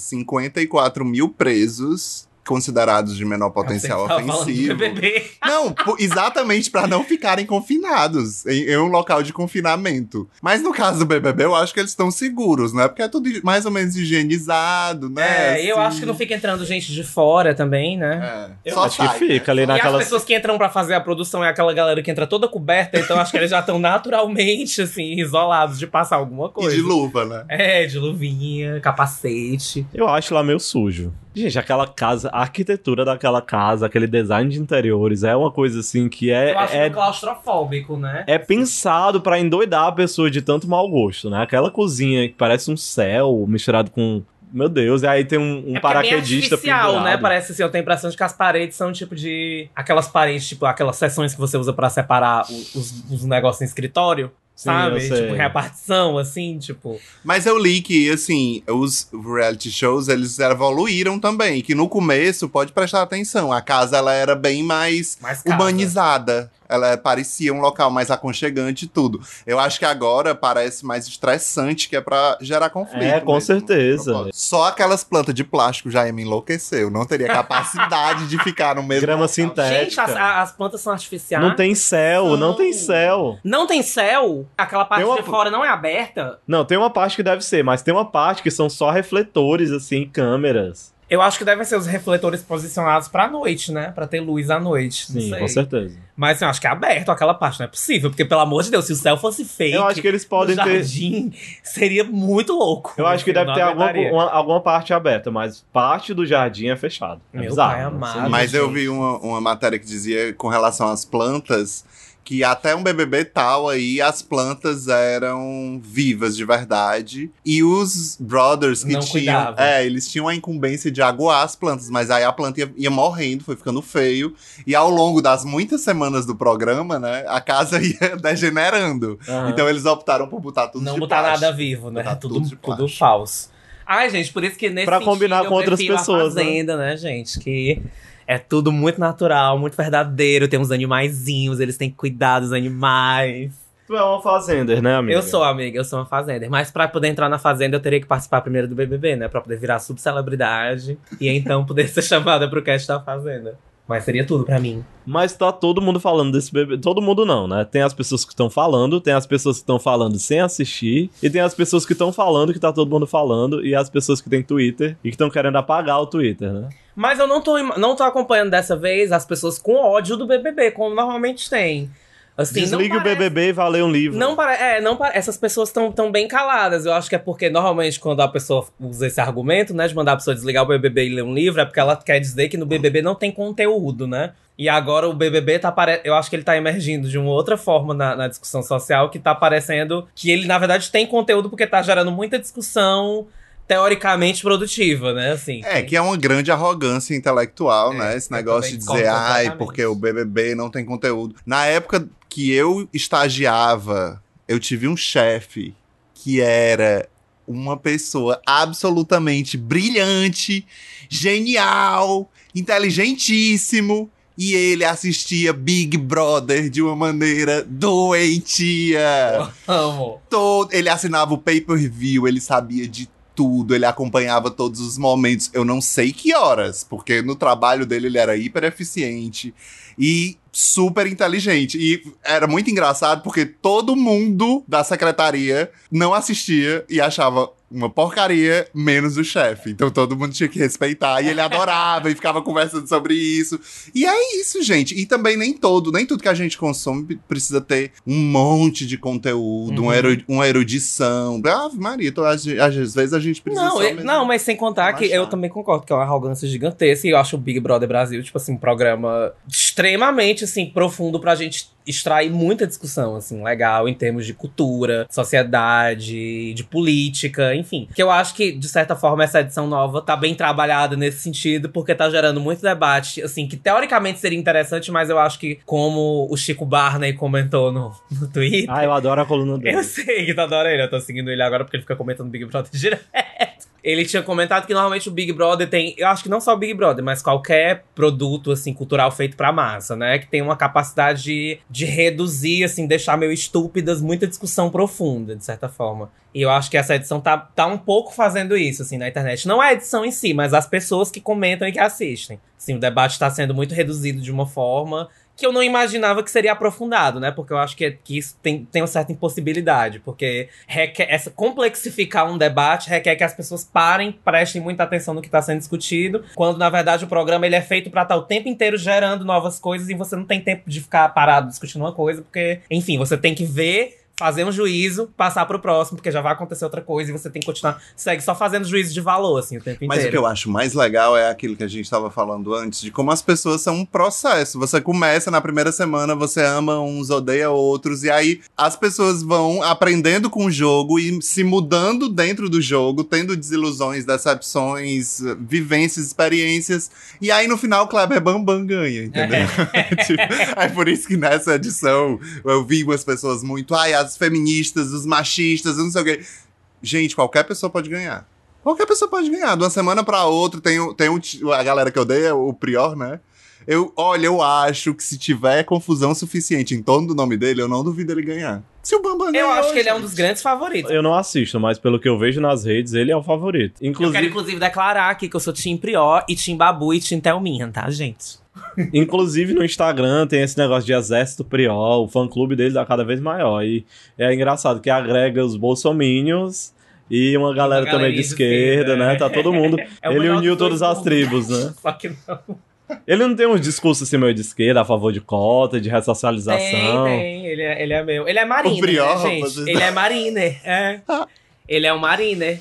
54 mil presos considerados de menor potencial Eu pensei que tava falando ofensivo. do BBB. Não, exatamente pra não ficarem confinados em um local de confinamento. Mas no caso do BBB, eu acho que eles estão seguros, né? Porque é tudo mais ou menos higienizado, né? Eu assim. acho que não fica entrando gente de fora também, né? É. Eu Só acho que sai, fica né? ali E as naquelas... pessoas que entram pra fazer a produção é aquela galera que entra toda coberta, então acho que eles já estão naturalmente, assim, isolados de passar alguma E coisa. de luva, né? De luvinha, capacete. Eu acho lá meio sujo. Gente, aquela casa, a arquitetura daquela casa, aquele design de interiores, é uma coisa assim que Eu acho é meio claustrofóbico, né? é pensado pra endoidar a pessoa de tanto mau gosto, né? Aquela cozinha que parece um céu misturado com... Meu Deus, e aí tem um É porque é bem paraquedista artificial, pendurado. né? Parece assim, eu tenho a impressão de que as paredes são tipo de... Aquelas paredes, tipo, aquelas seções que você usa pra separar os negócios em escritório. Sim, eu Sabe? sei. Tipo, repartição, assim, tipo... Mas eu li que, assim, os reality shows, eles evoluíram também. Que no começo, pode prestar atenção, a casa, ela era bem mais Mais casa. humanizada. Ela parecia um local mais aconchegante e tudo. Eu acho que agora parece mais estressante, que é pra gerar conflito. É, com mesmo, certeza. propósito. Só aquelas plantas de plástico já ia me enlouquecer. Eu não teria capacidade de ficar no mesmo Grama local. sintética. Gente, as plantas são artificiais. Não tem céu, não tem céu. Não tem céu? Aquela parte Tem uma- de fora não é aberta? Não, tem uma parte que deve ser, mas tem uma parte que são só refletores, assim, câmeras. Eu acho que devem ser os refletores posicionados pra noite, né? Pra ter luz à noite. Não Sim, sei. com certeza. Mas assim, eu acho que é aberto aquela parte, não é possível. Porque, pelo amor de Deus, se o céu fosse fake, Eu acho que eles podem no ter... jardim, seria muito louco. Eu acho que deve não ter aguentaria. alguma parte aberta, mas parte do jardim é fechado. É Meu bizarro, pai né? amado. Mas eu gente. vi uma matéria que dizia, com relação às plantas, que até um BBB tal aí, as plantas eram vivas de verdade. E os brothers que Não tinham... cuidavam. Eles tinham a incumbência de aguar as plantas, mas aí a planta ia morrendo, foi ficando feio. E ao longo das muitas semanas do programa, né, a casa ia degenerando. Aham. Então eles optaram por botar tudo Não de botar plástico. nada vivo, né? Botar Tudo, de tudo plástico. falso. Ai, gente, por isso que nesse Pra combinar sentido, com eu outras prefiro pessoas, a Fazenda, né, gente? Que é tudo muito natural, muito verdadeiro. Tem uns animaizinhos, eles têm que cuidar dos animais. Tu é uma fazender, né, amiga? Eu sou, amiga, eu sou uma fazenda. Mas pra poder entrar na fazenda, eu teria que participar primeiro do BBB, né? Pra poder virar subcelebridade. E então poder ser chamada pro cast da fazenda. Mas seria tudo pra mim. Mas tá todo mundo falando desse bebê. Todo mundo não, né? Tem as pessoas que estão falando, tem as pessoas que estão falando sem assistir, e tem as pessoas que estão falando que tá todo mundo falando, e as pessoas que têm Twitter e que estão querendo apagar o Twitter, né? Mas eu não tô acompanhando dessa vez as pessoas com ódio do BBB, como normalmente tem. Assim, Desligue não o parece- BBB e valeu um livro. Essas pessoas estão bem caladas. Eu acho que é porque normalmente quando a pessoa usa esse argumento, né, de mandar a pessoa desligar o BBB e ler um livro, é porque ela quer dizer que no BBB não tem conteúdo, né? E agora o BBB eu acho que ele tá emergindo de uma outra forma na discussão social, que tá parecendo que ele, na verdade, tem conteúdo porque tá gerando muita discussão teoricamente produtiva, né? Assim, Que é uma grande arrogância intelectual, É, né? Esse eu negócio também de discordo dizer, ai, completamente. porque o BBB não tem conteúdo. Na época que eu estagiava, eu tive um chefe que era uma pessoa absolutamente brilhante, genial, inteligentíssimo, E ele assistia Big Brother de uma maneira doentia. Amo. Ele assinava o pay-per-view, ele sabia de tudo, ele acompanhava todos os momentos. Eu não sei que horas, porque no trabalho dele ele era hiper eficiente e super inteligente. E era muito engraçado porque todo mundo da secretaria não assistia e achava uma porcaria, menos o chefe. Então todo mundo tinha que respeitar. E ele adorava e ficava conversando sobre isso. E é isso, gente. E também nem tudo que a gente consome precisa ter um monte de conteúdo, uma erudição. Ave Maria, então, às vezes a gente precisa Não, mas sem contar que eu também concordo que é uma arrogância gigantesca. E eu acho o Big Brother Brasil, tipo assim, um programa extremamente, assim, profundo pra gente extrair muita discussão, assim, legal, em termos de cultura, sociedade, de política, enfim. Que eu acho que, de certa forma, essa edição nova tá bem trabalhada nesse sentido, porque tá gerando muito debate, assim, que teoricamente seria interessante, mas eu acho que, como o Chico Barney comentou no Twitter... Ah, eu adoro a coluna dele. Eu sei que tu adora ele, eu tô seguindo ele agora porque ele fica comentando Big Brother direto. Ele tinha comentado que normalmente o Big Brother tem... Eu acho que não só o Big Brother, mas qualquer produto, assim, cultural feito pra massa, né? Que tem uma capacidade de reduzir, assim, deixar meio estúpidas muita discussão profunda, de certa forma. E eu acho que essa edição tá um pouco fazendo isso, assim, na internet. Não é a edição em si, mas as pessoas que comentam e que assistem. Assim, o debate tá sendo muito reduzido de uma forma que eu não imaginava que seria aprofundado, né? Porque eu acho que isso tem uma certa impossibilidade. Porque complexificar um debate requer que as pessoas prestem muita atenção no que está sendo discutido. Quando, na verdade, o programa ele é feito para estar o tempo inteiro gerando novas coisas e você não tem tempo de ficar parado discutindo uma coisa. Porque, enfim, você tem que ver, fazer um juízo, passar pro próximo, porque já vai acontecer outra coisa e você tem que continuar. Segue só fazendo juízo de valor, assim, o tempo inteiro. Mas o que eu acho mais legal é aquilo que a gente estava falando antes, de como as pessoas são um processo. Você começa na primeira semana, você ama uns, odeia outros, e aí as pessoas vão aprendendo com o jogo e se mudando dentro do jogo, tendo desilusões, decepções, vivências, experiências. E aí no final, Kleber Bambam ganha, entendeu? É por isso que nessa edição eu vi umas pessoas muito... as feministas, os machistas, não sei o quê. Gente, qualquer pessoa pode ganhar. Qualquer pessoa pode ganhar. De uma semana pra outra, tem a galera que odeia, o Prior, né? Eu acho que se tiver confusão suficiente em torno do nome dele, eu não duvido ele ganhar. Se o Bambam ganhar, eu acho que ele é um dos grandes favoritos. Eu não assisto, mas pelo que eu vejo nas redes, ele é o favorito. Eu quero, inclusive, declarar aqui que eu sou Team Prior e Team Babu e Team Thelminha, tá, gente? Inclusive no Instagram tem esse negócio de Exército Prior, o fã-clube deles é cada vez maior. E é engraçado que agrega os bolsominions e uma galera também de esquerda, né? Tá todo mundo. Ele uniu todas as tribos, né? Só que não. Ele não tem uns discursos assim meio de esquerda, a favor de cota, de ressocialização? Tem. Ele é meu. Ele é mariner, Prior, né, gente? Ele é mariner, é. Ele é um mariner.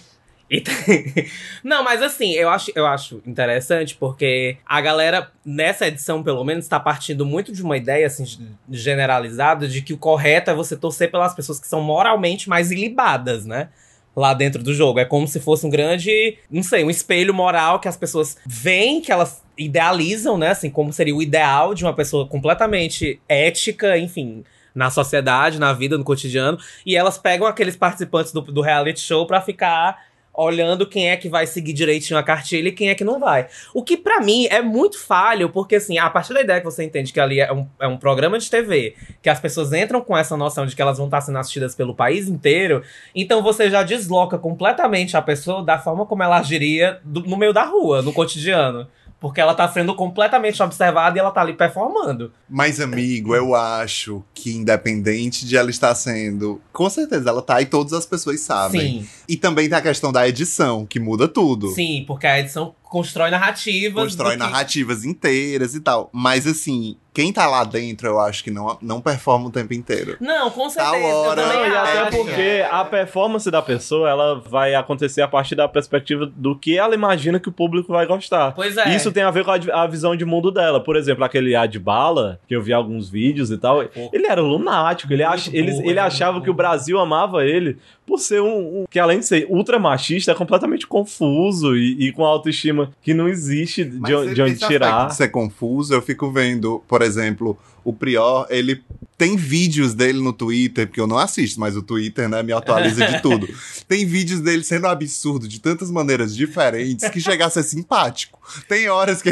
Não, mas assim, eu acho interessante porque a galera, nessa edição pelo menos, tá partindo muito de uma ideia assim, generalizada de que o correto é você torcer pelas pessoas que são moralmente mais ilibadas, né? Lá dentro do jogo. É como se fosse um grande, não sei, um espelho moral que as pessoas veem, que elas idealizam, né? Assim, como seria o ideal de uma pessoa completamente ética, enfim, na sociedade, na vida, no cotidiano. E elas pegam aqueles participantes do reality show pra ficar olhando quem é que vai seguir direitinho a cartilha e quem é que não vai. O que pra mim é muito falho, porque assim, a partir da ideia que você entende que ali é um programa de TV, que as pessoas entram com essa noção de que elas vão estar sendo assistidas pelo país inteiro, então você já desloca completamente a pessoa da forma como ela agiria no meio da rua, no cotidiano. Porque ela tá sendo completamente observada e ela tá ali performando. Mas, amigo, eu acho que independente de ela estar sendo... Com certeza, ela tá e todas as pessoas sabem. Sim. E também tem a questão da edição, que muda tudo. Sim, porque a edição constrói narrativas. Constrói narrativas inteiras e tal. Mas, assim, quem tá lá dentro, eu acho que não performa o tempo inteiro. Não, com certeza. hora, eu também E até acho. porque a performance da pessoa, ela vai acontecer a partir da perspectiva do que ela imagina que o público vai gostar. Pois é. Isso tem a ver com a visão de mundo dela. Por exemplo, aquele Adbala, que eu vi alguns vídeos e tal, ele era lunático. Ele achava que o Brasil amava ele por ser que além de ser ultra machista, é completamente confuso e com autoestima que não existe de onde tirar. Se é confuso, eu fico vendo, por exemplo, o Prior, ele tem vídeos dele no Twitter, porque eu não assisto, mas o Twitter, né, me atualiza de tudo. Tem vídeos dele sendo absurdo de tantas maneiras diferentes que chega a ser simpático. Tem horas que ele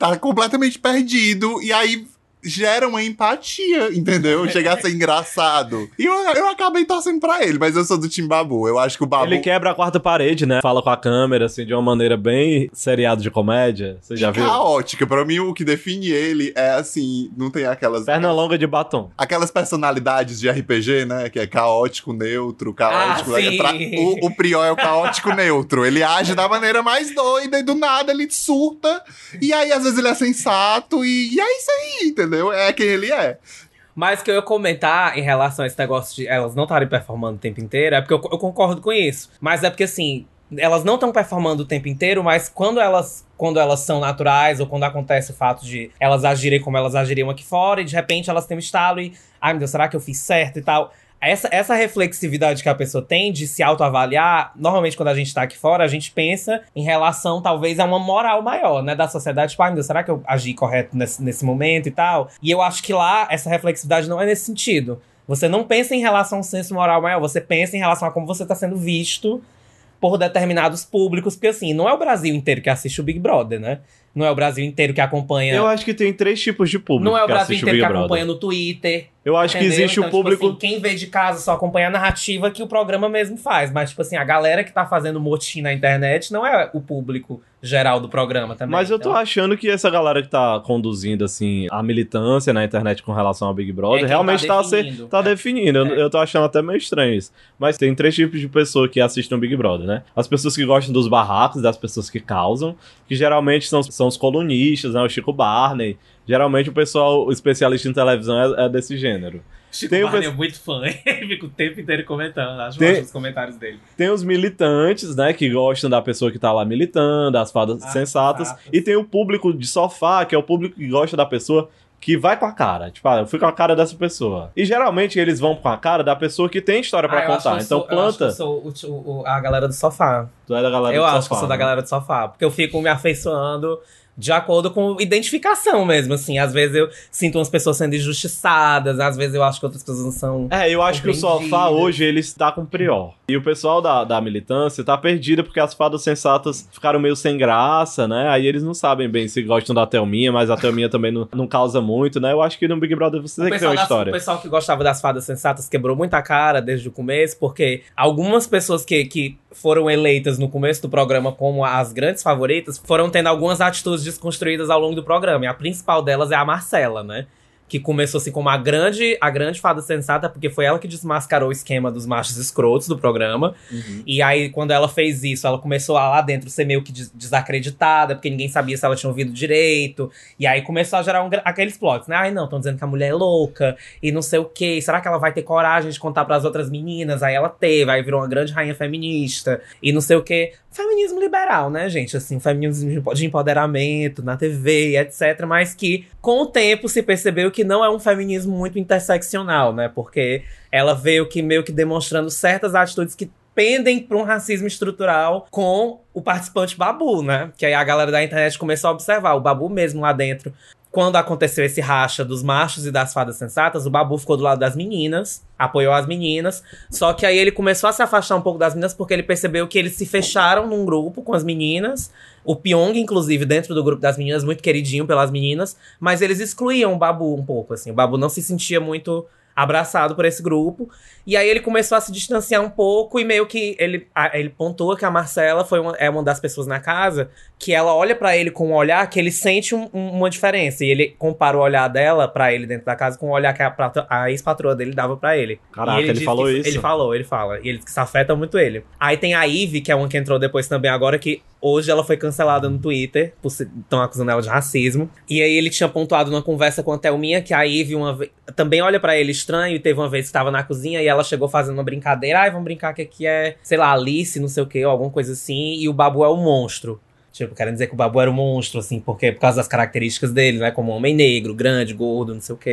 tá completamente perdido, e aí gera uma empatia, entendeu? Chega a ser engraçado. E eu acabei torcendo pra ele, mas eu sou do time Babu. Eu acho que o Babu... Ele quebra a quarta parede, né? Fala com a câmera, assim, de uma maneira bem seriado de comédia. Você já viu? Caótica. Pra mim, o que define ele é, assim, não tem aquelas... Perna longa de batom. Aquelas personalidades de RPG, né? Que é caótico, neutro, caótico. sim. O Prior é o caótico neutro. Ele age da maneira mais doida e do nada ele surta. E aí, às vezes, ele é sensato e é isso aí, entendeu? É quem ele é. Mas o que eu ia comentar em relação a esse negócio de elas não estarem performando o tempo inteiro, é porque eu concordo com isso. Mas é porque, assim, elas não estão performando o tempo inteiro, mas quando elas são naturais, ou quando acontece o fato de elas agirem como elas agiriam aqui fora, e de repente elas têm um estalo e, ai meu Deus, será que eu fiz certo e tal? Essa reflexividade que a pessoa tem de se autoavaliar, normalmente quando a gente tá aqui fora, a gente pensa em relação, talvez, a uma moral maior, né, da sociedade. Tipo, ai meu Deus, será que eu agi correto nesse momento e tal? E eu acho que lá, essa reflexividade não é nesse sentido. Você não pensa em relação a um senso moral maior, você pensa em relação a como você tá sendo visto por determinados públicos, porque assim, não é o Brasil inteiro que assiste o Big Brother, né? Não é o Brasil inteiro que acompanha... Eu acho que tem 3 tipos de público. Não é o que Brasil assiste inteiro o que Big acompanha Brother. no Twitter. Eu acho que existe então, o público... Tipo assim, quem vê de casa só acompanha a narrativa que o programa mesmo faz. Mas, tipo assim, a galera que tá fazendo motim na internet não é o público geral do programa também. Mas eu tô achando que essa galera que tá conduzindo, assim, a militância na internet com relação ao Big Brother, realmente tá definindo. Eu tô achando até meio estranho isso. Mas tem 3 tipos de pessoa que assistem o Big Brother, né? As pessoas que gostam dos barracos, das pessoas que causam, que geralmente são os colunistas, né? O Chico Barney. Geralmente o pessoal, o especialista em televisão é desse gênero. Chico Barney é muito fã, ele fica o tempo inteiro comentando, acho os comentários dele. Tem os militantes, né, que gostam da pessoa que tá lá militando, as fadas sensatas. E tem o público de sofá, que é o público que gosta da pessoa que vai com a cara. Tipo, eu fui com a cara dessa pessoa. E geralmente eles vão com a cara da pessoa que tem história pra contar. Então planta... Eu sou a galera do sofá. Tu é da galera do sofá. Eu acho que eu sou da galera do sofá. Porque eu fico me afeiçoando de acordo com identificação mesmo, assim. Às vezes eu sinto umas pessoas sendo injustiçadas, às vezes eu acho que outras pessoas não são... eu acho que o sofá hoje, ele está com Prior. E o pessoal da militância tá perdido porque as fadas sensatas ficaram meio sem graça, né? Aí eles não sabem bem se gostam da Thelminha, mas a Thelminha também não causa muito, né? Eu acho que no Big Brother você tem que ter uma história. O pessoal que gostava das fadas sensatas quebrou muita cara desde o começo, porque algumas pessoas que foram eleitas no começo do programa como as grandes favoritas foram tendo algumas atitudes desconstruídas ao longo do programa. E a principal delas é a Marcela, né? Que começou assim como a grande fada sensata, porque foi ela que desmascarou o esquema dos machos escrotos do programa. Uhum. E aí, quando ela fez isso, ela começou a lá dentro ser meio que desacreditada, porque ninguém sabia se ela tinha ouvido direito. E aí começou a gerar aqueles plots, né? Ai, não, estão dizendo que a mulher é louca, e não sei o quê. Será que ela vai ter coragem de contar pras outras meninas? Aí ela teve, aí virou uma grande rainha feminista, e não sei o quê. Feminismo liberal, né, gente? Assim, feminismo de empoderamento na TV, etc. Mas que, com o tempo, se percebeu que não é um feminismo muito interseccional, né? Porque ela veio que meio que demonstrando certas atitudes que pendem para um racismo estrutural com o participante Babu, né? Que aí a galera da internet começou a observar. O Babu mesmo lá dentro, quando aconteceu esse racha dos machos e das fadas sensatas, o Babu ficou do lado das meninas, apoiou as meninas, só que aí ele começou a se afastar um pouco das meninas porque ele percebeu que eles se fecharam num grupo com as meninas, o Pyong, inclusive, dentro do grupo das meninas, muito queridinho pelas meninas, mas eles excluíam o Babu um pouco, assim, o Babu não se sentia muito abraçado por esse grupo, e aí ele começou a se distanciar um pouco e meio que ele pontua que a Marcela é uma das pessoas na casa que ela olha pra ele com um olhar que ele sente uma diferença, e ele compara o olhar dela pra ele dentro da casa com o olhar que a ex-patroa dele dava pra ele. Caraca, ele falou isso? Ele fala, e ele diz que isso afeta muito ele. Aí tem a Ivy, que é uma que entrou depois também agora, que hoje ela foi cancelada no Twitter, estão acusando ela de racismo. E aí ele tinha pontuado numa conversa com a Thelminha que a Ivy também olha pra ele estranho, e teve uma vez que tava na cozinha e ela chegou fazendo uma brincadeira. Vamos brincar que aqui é, sei lá, Alice, não sei o que, ou alguma coisa assim, e o Babu é o monstro. Tipo, querem dizer que o Babu era o monstro, assim, porque por causa das características dele, né? Como um homem negro, grande, gordo, não sei o quê.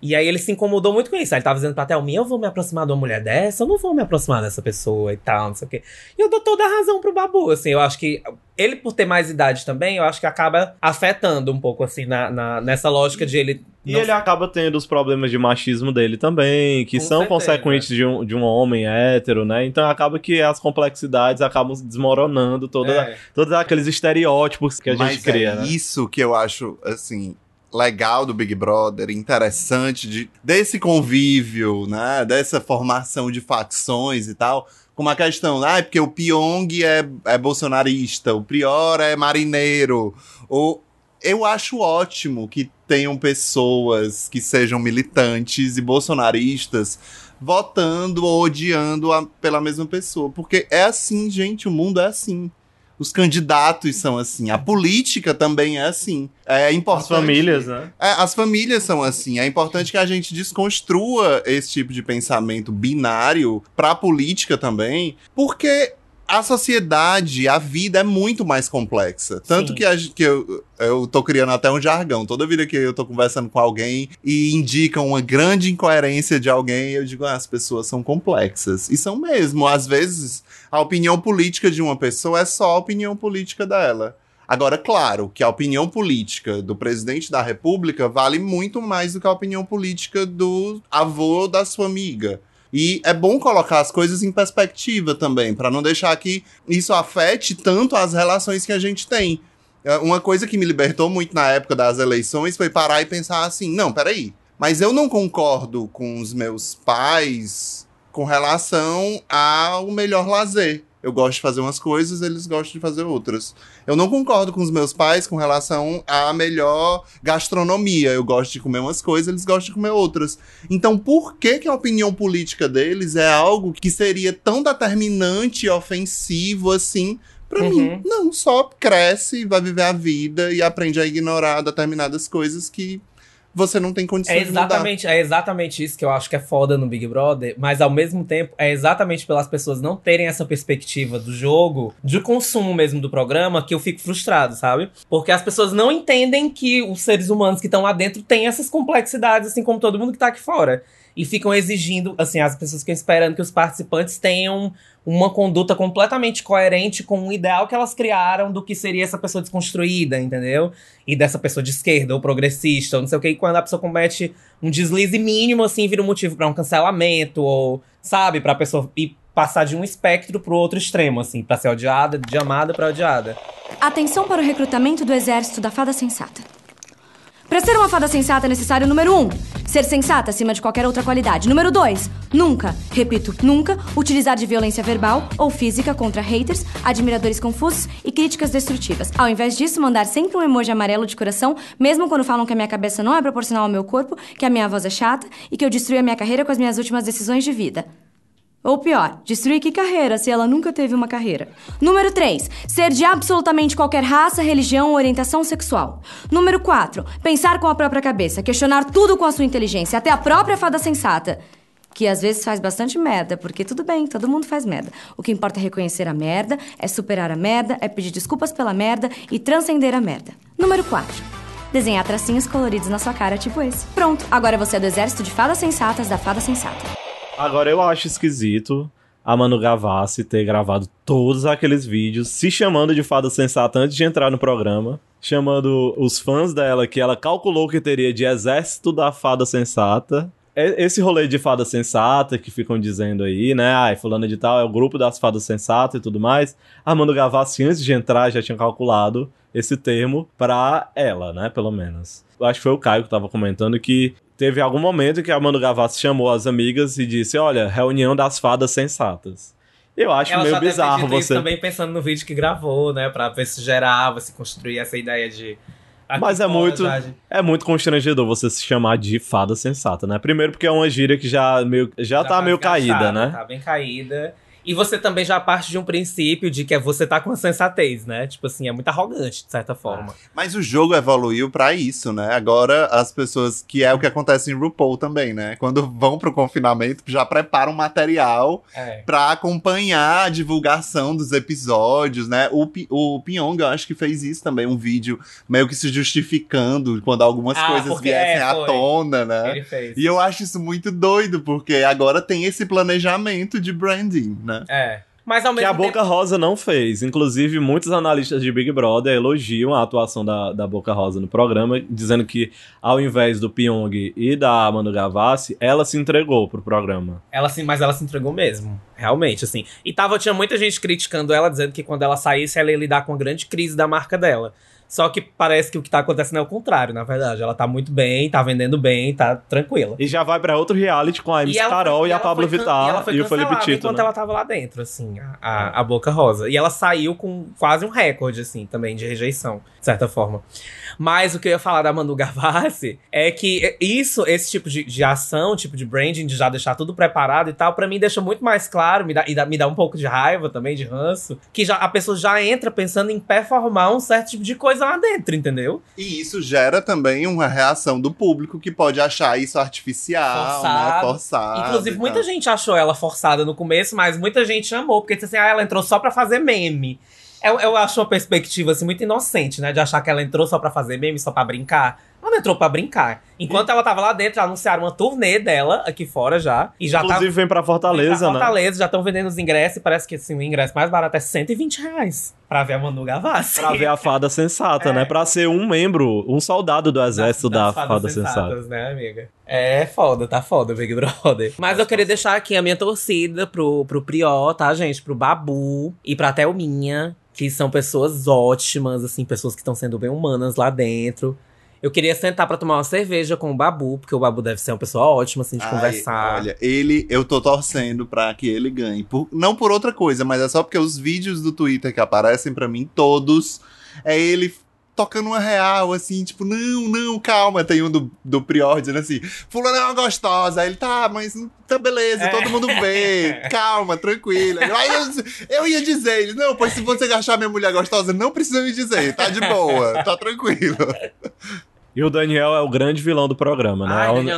E aí ele se incomodou muito com isso. Aí ele tava dizendo pra Thelminha, eu vou me aproximar de uma mulher dessa? Eu não vou me aproximar dessa pessoa e tal, não sei o quê. E eu dou toda a razão pro Babu, assim. Eu acho que ele, por ter mais idade também, eu acho que acaba afetando um pouco, assim, nessa lógica de ele... E ele acaba tendo os problemas de machismo dele também, que Com são certeza. consequentes de um homem hétero, né? Então acaba que as complexidades acabam desmoronando todos aqueles estereótipos que a gente cria, é né? isso que eu acho, assim, legal do Big Brother, interessante desse convívio, né? Dessa formação de facções e tal. Como a questão, porque o Pyong é bolsonarista, o Prior é marineiro. Eu acho ótimo que tenham pessoas que sejam militantes e bolsonaristas votando ou odiando pela mesma pessoa. Porque é assim, gente, o mundo é assim. Os candidatos são assim. A política também é assim. É importante. As famílias, né? As famílias são assim. É importante que a gente desconstrua esse tipo de pensamento binário pra política também, porque a sociedade, a vida é muito mais complexa. Tanto que eu tô criando até um jargão. Toda vida que eu tô conversando com alguém e indicam uma grande incoerência de alguém, eu digo, as pessoas são complexas. E são mesmo. Às vezes, a opinião política de uma pessoa é só a opinião política dela. Agora, claro, que a opinião política do presidente da República vale muito mais do que a opinião política do avô da sua amiga. E é bom colocar as coisas em perspectiva também, para não deixar que isso afete tanto as relações que a gente tem. Uma coisa que me libertou muito na época das eleições foi parar e pensar assim, não, peraí, mas eu não concordo com os meus pais com relação ao melhor lazer. Eu gosto de fazer umas coisas, eles gostam de fazer outras. Eu não concordo com os meus pais com relação à melhor gastronomia. Eu gosto de comer umas coisas, eles gostam de comer outras. Então, por que a opinião política deles é algo que seria tão determinante e ofensivo assim pra mim? Não, só cresce, vai viver a vida e aprende a ignorar determinadas coisas que você não tem condição de mudar. É exatamente isso que eu acho que é foda no Big Brother, mas ao mesmo tempo é exatamente pelas pessoas não terem essa perspectiva do jogo, de consumo mesmo do programa, que eu fico frustrado, sabe? Porque as pessoas não entendem que os seres humanos que estão lá dentro têm essas complexidades, assim como todo mundo que tá aqui fora. E ficam exigindo, assim, as pessoas ficam esperando que os participantes tenham uma conduta completamente coerente com o ideal que elas criaram do que seria essa pessoa desconstruída, entendeu? E dessa pessoa de esquerda ou progressista, ou não sei o que. E quando a pessoa comete um deslize mínimo, assim, vira um motivo pra um cancelamento, ou, sabe, pra pessoa ir passar de um espectro pro outro extremo, assim, pra ser odiada, de amada pra odiada. Atenção para o recrutamento do exército da fada sensata. Para ser uma fada sensata é necessário, número 1, ser sensata acima de qualquer outra qualidade. Número 2, nunca, repito, nunca, utilizar de violência verbal ou física contra haters, admiradores confusos e críticas destrutivas. Ao invés disso, mandar sempre um emoji amarelo de coração, mesmo quando falam que a minha cabeça não é proporcional ao meu corpo, que a minha voz é chata e que eu destruí a minha carreira com as minhas últimas decisões de vida. Ou pior, destruir que carreira, se ela nunca teve uma carreira. Número 3, ser de absolutamente qualquer raça, religião ou orientação sexual. Número 4, pensar com a própria cabeça, questionar tudo com a sua inteligência, até a própria fada sensata. Que às vezes faz bastante merda, porque tudo bem, todo mundo faz merda. O que importa é reconhecer a merda, é superar a merda, é pedir desculpas pela merda e transcender a merda. Número 4, desenhar tracinhos coloridos na sua cara, tipo esse. Pronto, agora você é do exército de fadas sensatas da fada sensata. Agora, eu acho esquisito a Manu Gavassi ter gravado todos aqueles vídeos se chamando de fada sensata antes de entrar no programa, chamando os fãs dela que ela calculou que teria de exército da fada sensata. Esse rolê de fada sensata que ficam dizendo aí, né? Fulano de tal é o grupo das fadas sensatas e tudo mais. A Manu Gavassi, antes de entrar, já tinha calculado esse termo pra ela, né? Pelo menos. Eu acho que foi o Caio que tava comentando que teve algum momento que a Manu Gavassi chamou as amigas e disse, olha, reunião das fadas sensatas. Eu acho ela meio bizarro você... Isso também pensando no vídeo que gravou, né? Pra ver se gerava, se construir essa ideia de... Mas é muito constrangedor você se chamar de fada sensata, né? Primeiro porque é uma gíria que já tá meio caída, né? Tá bem caída. E você também já parte de um princípio de que você tá com a sensatez, né? Tipo assim, é muito arrogante, de certa forma. Mas o jogo evoluiu pra isso, né? Agora as pessoas, que é o que acontece em RuPaul também, né? Quando vão pro confinamento, já preparam material pra acompanhar a divulgação dos episódios, né? O Pyong, eu acho que fez isso também, um vídeo meio que se justificando quando algumas coisas viessem à tona, né? Ele fez. E eu acho isso muito doido, porque agora tem esse planejamento de branding, né? Mas ao Que mesmo a Boca tempo... Rosa não fez. Inclusive, muitos analistas de Big Brother elogiam a atuação da Boca Rosa no programa, dizendo que, ao invés do Pyong e da Manu Gavassi, ela se entregou pro programa. Mas ela se entregou mesmo. Realmente, assim. E tinha muita gente criticando ela, dizendo que quando ela saísse, ela ia lidar com a grande crise da marca dela. Só que parece que o que tá acontecendo é o contrário, na verdade. Ela tá muito bem, tá vendendo bem, tá tranquila. E já vai pra outro reality com a MC Carol e a Pablo Vittar e o Felipe Tito, enquanto né? ela tava lá dentro, assim, a Boca Rosa. E ela saiu com quase um recorde, assim, também, de rejeição, de certa forma. Mas o que eu ia falar da Manu Gavassi é que esse tipo de ação, tipo de branding, de já deixar tudo preparado e tal, pra mim deixa muito mais claro, me dá um pouco de raiva também, de ranço, que a pessoa já entra pensando em performar um certo tipo de coisa lá dentro, entendeu? E isso gera também uma reação do público que pode achar isso artificial, né? Forçado. Inclusive, muita gente achou ela forçada no começo, mas muita gente amou, porque disse assim, ela entrou só pra fazer meme. Eu acho uma perspectiva assim, muito inocente, né? De achar que ela entrou só pra fazer meme, só pra brincar. Ela não entrou pra brincar. Enquanto ela tava lá dentro, anunciaram uma turnê dela aqui fora já. E já Inclusive vem pra Fortaleza, né? Já estão vendendo os ingressos. E parece que assim, o ingresso mais barato é R$120 pra ver a Manu Gavassi. Pra ver a Fada Sensata, né? Pra ser um membro, um soldado do exército da Fada Sensata. Né, amiga? É foda, tá foda o Big Brother. Mas eu queria deixar aqui a minha torcida pro Prió, tá, gente? Pro Babu e pra Thelminha, que são pessoas ótimas, assim, pessoas que estão sendo bem humanas lá dentro. Eu queria sentar pra tomar uma cerveja com o Babu, porque o Babu deve ser uma pessoa ótima, assim, de conversar. Olha, eu tô torcendo pra que ele ganhe. Não por outra coisa, mas é só porque os vídeos do Twitter que aparecem pra mim, todos, é ele tocando uma real, assim, tipo, não, calma. Tem um do Prior dizendo assim, fulano é uma gostosa. Aí ele, tá, mas tá beleza, todo mundo vê, calma, tranquila. Eu ia dizer, ele, não, pois se você achar minha mulher gostosa, não precisa me dizer, tá de boa, tá tranquilo. E o Daniel é o grande vilão do programa, né? Ai, Daniel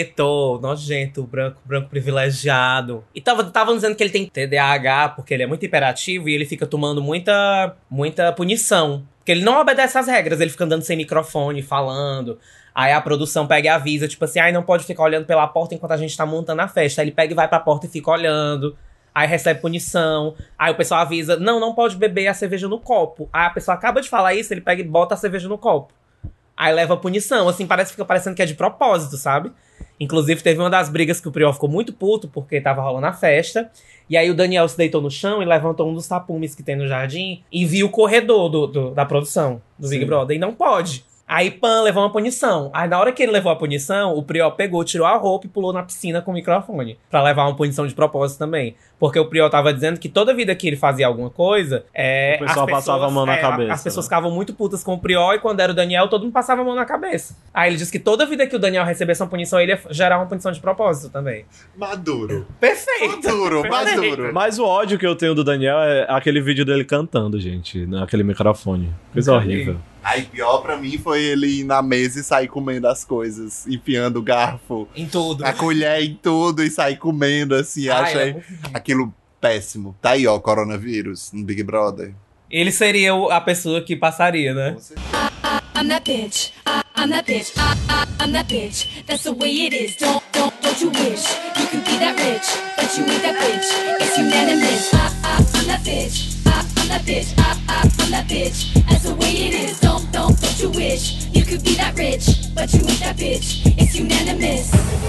nojento, branco privilegiado. E tava dizendo que ele tem TDAH, porque ele é muito hiperativo e ele fica tomando muita punição. Porque ele não obedece às regras, ele fica andando sem microfone, falando. Aí a produção pega e avisa, tipo assim, não pode ficar olhando pela porta enquanto a gente tá montando a festa. Aí ele pega e vai pra porta e fica olhando. Aí recebe punição. Aí o pessoal avisa, não pode beber a cerveja no copo. Aí a pessoa acaba de falar isso, ele pega e bota a cerveja no copo. Aí leva punição, assim, fica parecendo que é de propósito, sabe? Inclusive, teve uma das brigas que o Prior ficou muito puto, porque tava rolando a festa. E aí o Daniel se deitou no chão e levantou um dos tapumes que tem no jardim e viu o corredor da produção do Big Brother. E não pode. Aí, levou uma punição. Aí, na hora que ele levou a punição, o Prior pegou, tirou a roupa e pulou na piscina com o microfone. Pra levar uma punição de propósito também. Porque o Prior tava dizendo que toda vida que ele fazia alguma coisa... o pessoal passava a mão na cabeça. As pessoas ficavam muito putas com o Prior e quando era o Daniel, todo mundo passava a mão na cabeça. Aí ele disse que toda vida que o Daniel recebesse uma punição, ele ia gerar uma punição de propósito também. Maduro. Perfeito! Maduro. Mas o ódio que eu tenho do Daniel é aquele vídeo dele cantando, gente, naquele microfone. Coisa horrível. Aí pior pra mim foi ele ir na mesa e sair comendo as coisas, enfiando o garfo em tudo, a colher em tudo e sair comendo, assim. Achei aquilo péssimo. Tá aí, ó, coronavírus no Big Brother. Ele seria a pessoa que passaria, né? I'm that bitch. I'm that bitch. I'm that bitch. That's the way it is. Don't you wish you could be that rich, but you ain't that bitch. It's unanimous. I'm that bitch. I'm that bitch. I'm that bitch. That's the way it is. Don't you wish you could be that rich, but you ain't that bitch. It's unanimous.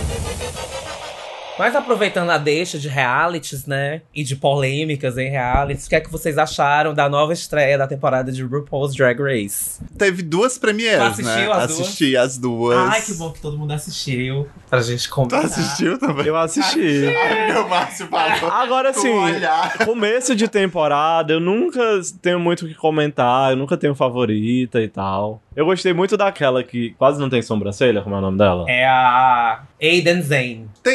Mas aproveitando a deixa de realities, né? E de polêmicas em realities, o que é que vocês acharam da nova estreia da temporada de RuPaul's Drag Race? Teve duas premieres, né? Assisti as duas. Ai, que bom que todo mundo assistiu. Pra gente comentar. Tu assistiu também? Eu assisti. Ai, meu Márcio falou. Agora sim, começo de temporada, eu nunca tenho muito o que comentar, eu nunca tenho favorita e tal. Eu gostei muito daquela que quase não tem sobrancelha, como é o nome dela? É a Aiden Zane. Tem algumas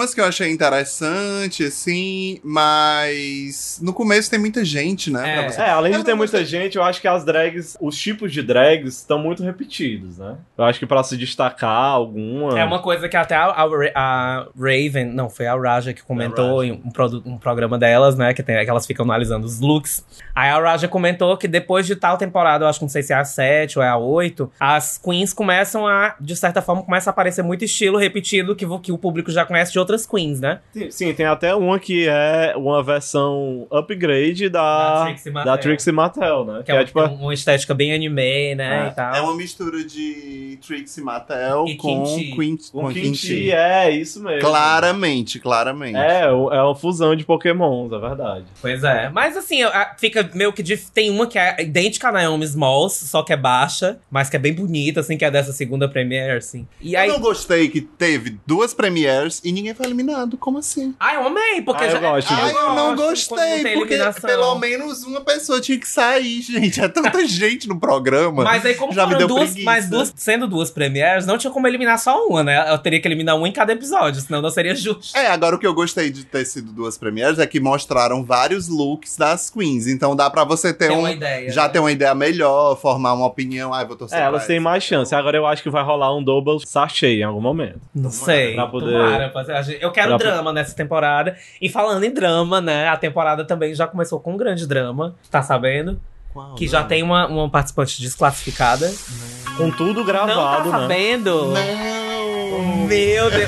umas que eu achei interessante, assim, mas no começo tem muita gente, né? pra você- Além de Eu ter não muita gostei. gente, eu acho que as drags, os tipos de drags estão muito repetidos, né? Eu acho que pra se destacar alguma... É uma coisa que até a Raven, não, foi a Raja que comentou em um programa delas, né? Que elas ficam analisando os looks. Aí a Raja comentou que depois de tal temporada, eu acho que não sei se é a 7 ou é a 8, as queens começam a, de certa forma, começa a aparecer muito estilo repetido que o público já conhece de outras queens, né? Sim, tem até uma que é uma versão upgrade da Trixie Mattel, né? Que é tipo uma estética bem anime, né? E tal. É uma mistura de Trixie Mattel E com Kimchi. Com Kimchi. Kimchi, é isso mesmo. Claramente. É uma fusão de Pokémons, é verdade. Pois é. Mas assim, fica meio que... Tem uma que é idêntica a Naomi Smalls, só que é baixa, mas que é bem bonita, assim, que é dessa segunda premiere, assim. E aí... Eu não gostei que teve 2 premieres e ninguém foi eliminado. Como assim? eu amei, porque... eu gosto. Eu não gosto quando gostei, tem porque eliminação. pelo menos uma pessoa tinha que sair, gente. É tanta gente no programa. Mas aí, como já me foram deu duas, preguiça. mas sendo 2 premieres, não tinha como eliminar só uma, né? Eu teria que eliminar uma em cada episódio, senão não seria justo. Agora o que eu gostei de ter sido 2 premieres é que mostraram vários looks das queens. Então dá pra você ter Tem uma ideia, já né? ter uma ideia melhor, formar uma opinião. Vou torcer pra elas têm essa. mais chance. Agora eu acho que vai rolar um double sachê em algum momento. Não sei. Pra poder- Tomara. Eu quero drama nessa temporada. E falando em drama, né? A temporada também já começou com um grande drama. Tá sabendo? Qual, Que não? já tem uma participante desclassificada. Com tudo Não gravado, tá né? sabendo? Não. Meu Deus.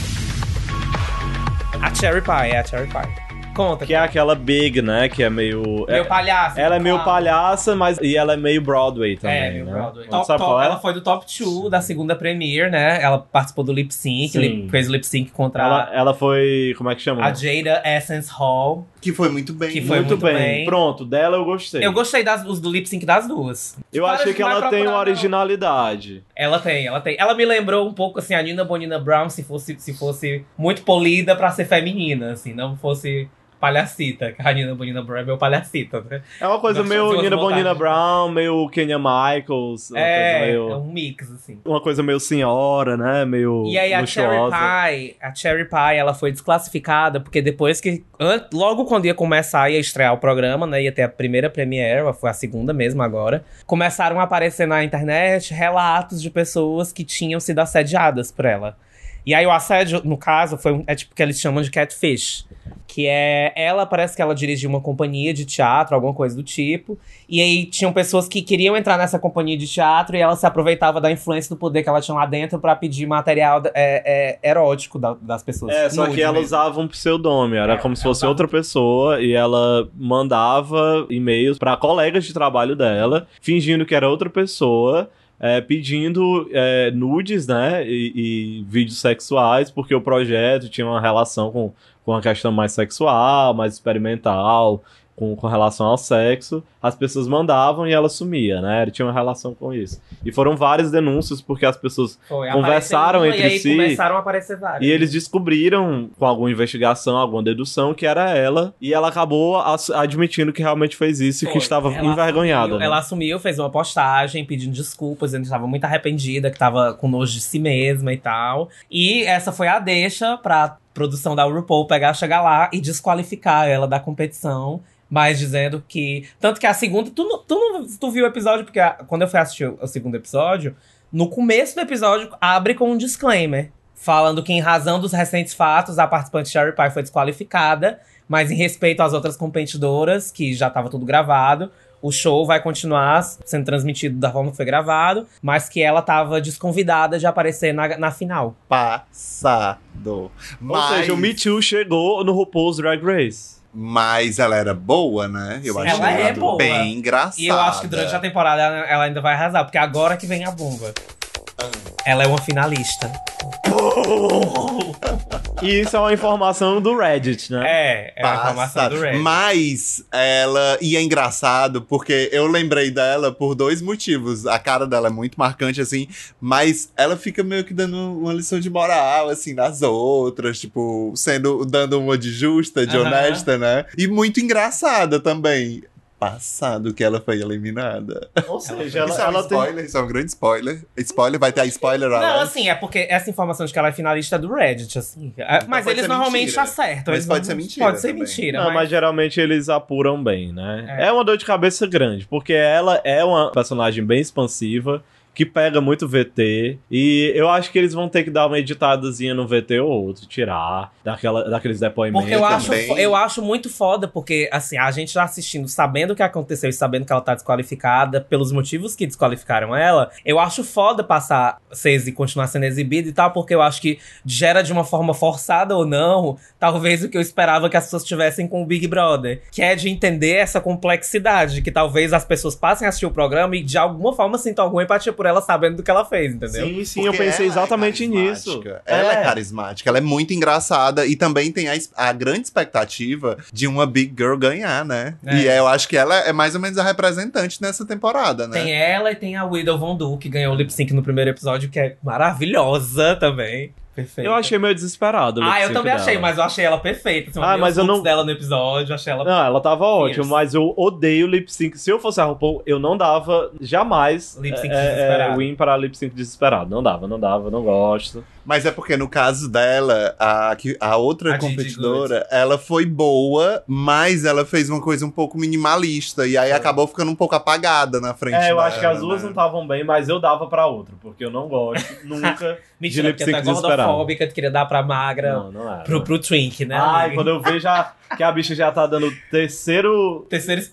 A Cherry Pie. Conta. Que é aquela Big, né? Que é meio... Meio palhaço. Ela é meio claro. palhaça, mas... E ela é meio Broadway também, meio né? Broadway. Sabe qual é? Ela foi do top 2 da segunda premiere, né? Ela participou do lip sync, Sim. fez lip sync contra Ela foi... Como é que chama? a Jada Essence Hall. Que foi muito bem. Que foi muito bem. Pronto, dela eu gostei. Eu gostei do lip sync das duas. Eu Para achei de que ela vai tem procurar, uma não. originalidade. Ela tem. Ela me lembrou um pouco, assim, a Nina Bonina Brown se fosse muito polida pra ser feminina, assim, não fosse palhacita. Que a Nina Bonina Brown é meio palhacita, né? É uma coisa Nós meio fazemos Nina montagem. Bonina Brown, meio Kenya Michaels. Uma coisa meio... É um mix, assim. Uma coisa meio senhora, né? Meio E aí a luxuosa. Cherry Pie, ela foi desclassificada porque depois que... Logo quando ia começar, ia estrear o programa, né? Ia ter a primeira premiere, foi a segunda mesmo agora. Começaram a aparecer na internet relatos de pessoas que tinham sido assediadas por ela. E aí o assédio, no caso, é tipo que eles chamam de catfish. Que é... Parece que ela dirigia uma companhia de teatro, alguma coisa do tipo. E aí tinham pessoas que queriam entrar nessa companhia de teatro e ela se aproveitava da influência do poder que ela tinha lá dentro pra pedir material erótico das pessoas. Só Nude que ela mesmo. usava um pseudônimo, era como se fosse outra pessoa, e ela mandava e-mails pra colegas de trabalho dela, fingindo que era outra pessoa, pedindo nudes, né, e vídeos sexuais, porque o projeto tinha uma relação com uma questão mais sexual, mais experimental, com relação ao sexo. As pessoas mandavam e ela sumia, né? Ele tinha uma relação com isso. E foram várias denúncias, porque as pessoas conversaram entre e aí si. começaram a aparecer várias. E eles descobriram, com alguma investigação, alguma dedução, que era ela. E ela acabou admitindo que realmente fez isso e que estava envergonhada. Ela assumiu, fez uma postagem pedindo desculpas, dizendo que estava muito arrependida, que estava com nojo de si mesma e tal. E essa foi a deixa pra produção da RuPaul chegar lá e desqualificar ela da competição. Mas dizendo que... Tanto que a segunda... Tu viu o episódio? Porque quando eu fui assistir o segundo episódio, no começo do episódio, abre com um disclaimer. Falando que em razão dos recentes fatos, a participante Cherry Pie foi desqualificada. Mas em respeito às outras competidoras, que já estava tudo gravado, o show vai continuar sendo transmitido da forma que foi gravado. Mas que ela estava desconvidada de aparecer na final. Passado. Ou seja, o Me Too chegou no RuPaul's Drag Race. Mas ela era boa, né? Eu achei ela é boa. bem engraçada. E eu acho que durante a temporada ela ainda vai arrasar, porque agora que vem a bomba. Ela é uma finalista. E isso é uma informação do Reddit, né? É uma informação do Reddit. Mas ela... E é engraçado, porque eu lembrei dela por 2 motivos. A cara dela é muito marcante, assim. Mas ela fica meio que dando uma lição de moral, assim, nas outras. Tipo, dando uma de justa, de honesta, né? E muito engraçada também. passado que ela foi eliminada. Ou seja, Isso é um spoiler, isso é um grande spoiler. Spoiler, vai ter a spoiler alert. Não, assim, é porque essa informação de que ela é finalista do Reddit, assim. Mas pode eles ser normalmente mentira. acertam. Mas eles pode ser normalmente- mentira Pode ser também. mentira. Não, mas geralmente eles apuram bem, né? É. É uma dor de cabeça grande, porque ela é uma personagem bem expansiva, que pega muito VT, e eu acho que eles vão ter que dar uma editadazinha no VT ou outro, tirar daqueles depoimentos. Porque eu acho muito foda, porque, assim, a gente já assistindo, sabendo o que aconteceu e sabendo que ela tá desqualificada pelos motivos que desqualificaram ela, eu acho foda passar e continuar sendo exibida e tal, porque eu acho que gera de uma forma forçada ou não, talvez o que eu esperava que as pessoas tivessem com o Big Brother, que é de entender essa complexidade, que talvez as pessoas passem a assistir o programa e de alguma forma sintam alguma empatia por ela sabendo do que ela fez, entendeu? Sim, eu pensei exatamente nisso. Ela é carismática, ela é muito engraçada e também tem a grande expectativa de uma Big Girl ganhar, né? E eu acho que ela é mais ou menos a representante nessa temporada, né? Tem ela e tem a Widow Von Du, que ganhou o lip sync no primeiro episódio, que é maravilhosa também. Perfeita. Eu achei meio desesperado. Eu também achei, mas eu achei ela perfeita. Assim, mas eu não dela no episódio, eu achei ela. Não, ela tava ótima, mas eu odeio lip sync. Se eu fosse a RuPaul, eu não dava jamais lip sync desesperado. win para lip sync desesperado. Não dava, não gosto. Mas é porque no caso dela, a outra competidora, ela foi boa, mas ela fez uma coisa um pouco minimalista. E aí acabou ficando um pouco apagada na frente eu dela, acho que as duas né? não estavam bem, mas eu dava pra outra, porque eu não gosto nunca de lip sync desesperado. Gordofóbica, que queria dar pra magra, não era. pro Twink, né? Ai, quando eu vejo que a bicha já tá dando terceiro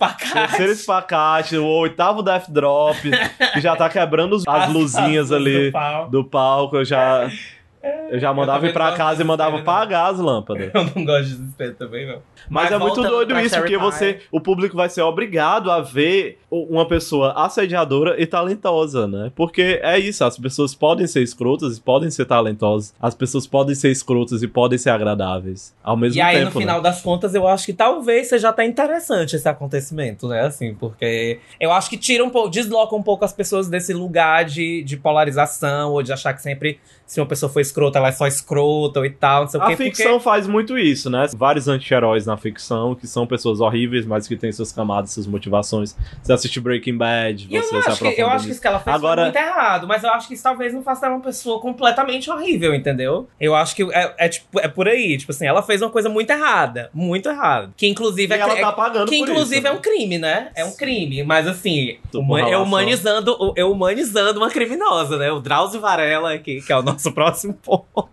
espacate, o 8º death drop, que já tá quebrando as luzinhas ali do palco, eu já mandava ir pra casa e mandava apagar as lâmpadas. Eu não gosto de desespero também, não. Mas é muito doido isso, porque o público vai ser obrigado a ver uma pessoa assediadora e talentosa, né? Porque é isso, as pessoas podem ser escrotas e podem ser talentosas, as pessoas podem ser escrotas e podem ser agradáveis ao mesmo tempo. E aí, no final das contas, eu acho que talvez seja até interessante esse acontecimento, né? Assim, porque eu acho que desloca um pouco as pessoas desse lugar de polarização, ou de achar que sempre, se uma pessoa for escrota, ela é só escrota e tal, não sei o quê. A ficção faz muito isso, né? Vários anti-heróis na ficção, que são pessoas horríveis, mas que têm suas camadas, suas motivações. Você assiste Breaking Bad, você se aprofunda eu acho que isso que ela fez foi muito errado, mas eu acho que isso talvez não faça ela uma pessoa completamente horrível, entendeu? Eu acho que é por aí, tipo assim, ela fez uma coisa muito errada, que inclusive ela tá pagando que por inclusive isso, é um crime, né? É um crime, mas assim, relação. humanizando uma criminosa, né? O Drauzio Varela aqui, que é o nosso próximo ponto.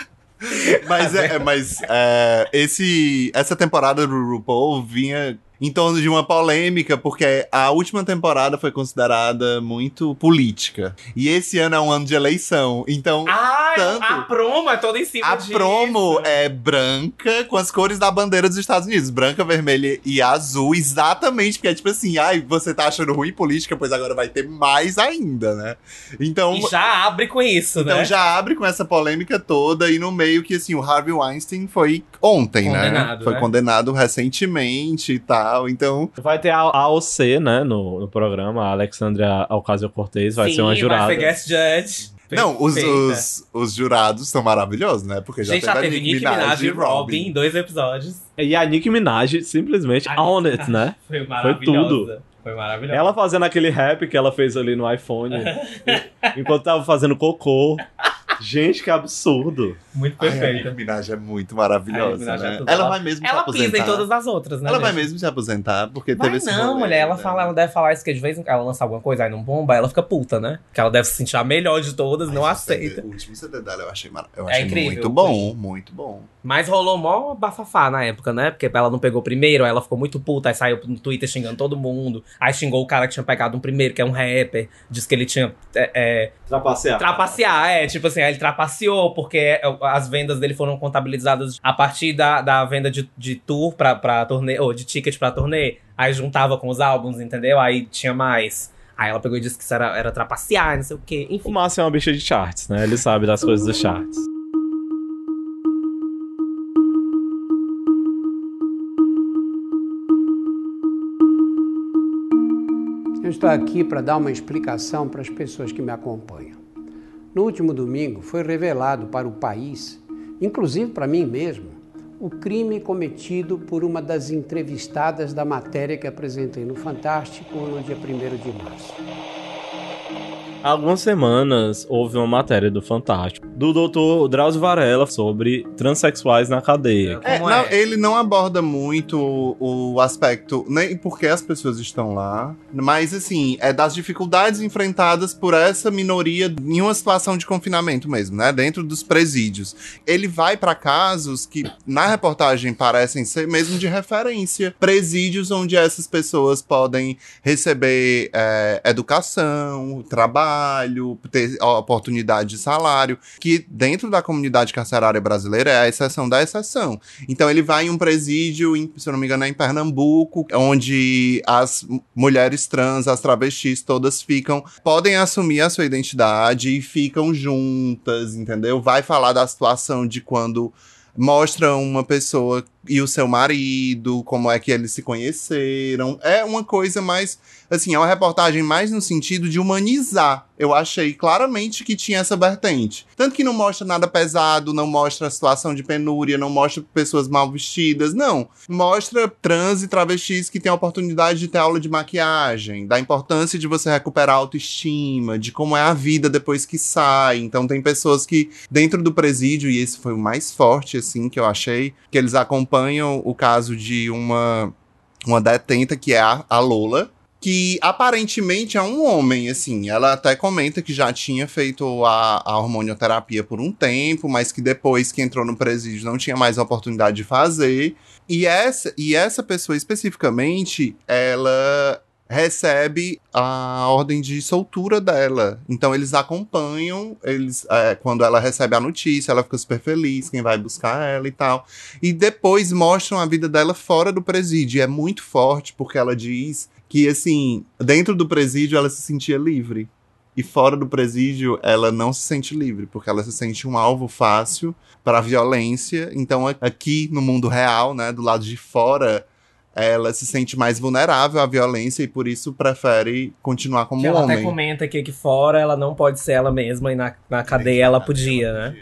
Mas essa temporada do RuPaul vinha em torno de uma polêmica, porque a última temporada foi considerada muito política. E esse ano é um ano de eleição. Então, a promo é toda em cima disso. A promo é branca com as cores da bandeira dos Estados Unidos. Branca, vermelha e azul. Exatamente, porque é tipo assim, você tá achando ruim política, pois agora vai ter mais ainda, né? Então, e já abre com isso, né? Então já abre com essa polêmica toda. E no meio que, assim, o Harvey Weinstein foi ontem, né? Foi condenado recentemente e tal. Então vai ter a AOC, né, no programa, a Alexandria Ocasio-Cortez vai ser uma jurada. Vai ser guest judge. Não, os jurados estão maravilhosos, né? Porque já teve Nicki Minaj e Robin em 2 episódios. E a Nicki Minaj simplesmente on it, né? Foi maravilhosa. Foi tudo. Foi maravilhoso. Ela fazendo aquele rap que ela fez ali no iPhone, enquanto tava fazendo cocô. Gente, que absurdo. Muito perfeita. A Nicki Minaj é muito maravilhosa, né? Ela vai mesmo se aposentar. Ela pisa em todas as outras, né? Ela vai mesmo se aposentar, porque teve esse rolê, mulher, ela né? ela deve falar isso, que de vez em quando ela lança alguma coisa, aí não bomba, ela fica puta, né? Que ela deve se sentir a melhor de todas, não aceita. O último CD dela eu achei incrível, muito bom, muito bom. Mas rolou mó bafafá na época, né? Porque ela não pegou primeiro, aí ela ficou muito puta, aí saiu no Twitter xingando todo mundo, aí xingou o cara que tinha pegado um primeiro, que é um rapper, disse que ele tinha... Trapacear, tipo assim, aí ele trapaceou, porque as vendas dele foram contabilizadas a partir da venda de tour pra turnê, ou de ticket pra turnê, aí juntava com os álbuns, entendeu? Aí tinha mais. Aí ela pegou e disse que isso era trapacear, não sei o quê, enfim. O Márcio é uma bicha de charts, né? Ele sabe das coisas dos charts. Eu estou aqui para dar uma explicação para as pessoas que me acompanham. No último domingo foi revelado para o país, inclusive para mim mesmo, o crime cometido por uma das entrevistadas da matéria que apresentei no Fantástico no dia 1º de março. Há algumas semanas houve uma matéria do Fantástico do Dr. Drauzio Varela sobre transexuais na cadeia. Ele não aborda muito o aspecto, nem porque as pessoas estão lá, mas assim, é das dificuldades enfrentadas por essa minoria em uma situação de confinamento mesmo, né? Dentro dos presídios. Ele vai para casos que na reportagem parecem ser mesmo de referência. Presídios onde essas pessoas podem receber educação, trabalho, ter oportunidade de salário, que dentro da comunidade carcerária brasileira é a exceção da exceção. Então ele vai em um presídio, se eu não me engano é em Pernambuco, onde as mulheres trans, as travestis, todas podem assumir a sua identidade e ficam juntas, entendeu? Vai falar da situação de quando mostra uma pessoa e o seu marido, como é que eles se conheceram. É uma coisa mais, assim, é uma reportagem mais no sentido de humanizar. Eu achei claramente que tinha essa vertente. Tanto que não mostra nada pesado, não mostra a situação de penúria, não mostra pessoas mal vestidas, não. Mostra trans e travestis que têm a oportunidade de ter aula de maquiagem, da importância de você recuperar a autoestima, de como é a vida depois que sai. Então tem pessoas que, dentro do presídio, e esse foi o mais forte, assim, que eu achei, que eles acompanham o caso de uma detenta, que é a Lola, que aparentemente é um homem, assim. Ela até comenta que já tinha feito a hormonioterapia por um tempo, mas que depois que entrou no presídio não tinha mais a oportunidade de fazer. E essa pessoa especificamente, ela recebe a ordem de soltura dela. Então eles acompanham, quando ela recebe a notícia, ela fica super feliz, quem vai buscar ela e tal. E depois mostram a vida dela fora do presídio. E é muito forte, porque ela diz que, assim, dentro do presídio ela se sentia livre. E fora do presídio ela não se sente livre, porque ela se sente um alvo fácil para a violência. Então aqui no mundo real, né, do lado de fora, ela se sente mais vulnerável à violência e por isso prefere continuar como homem. Ela até comenta que aqui fora ela não pode ser ela mesma e na cadeia ela podia, né?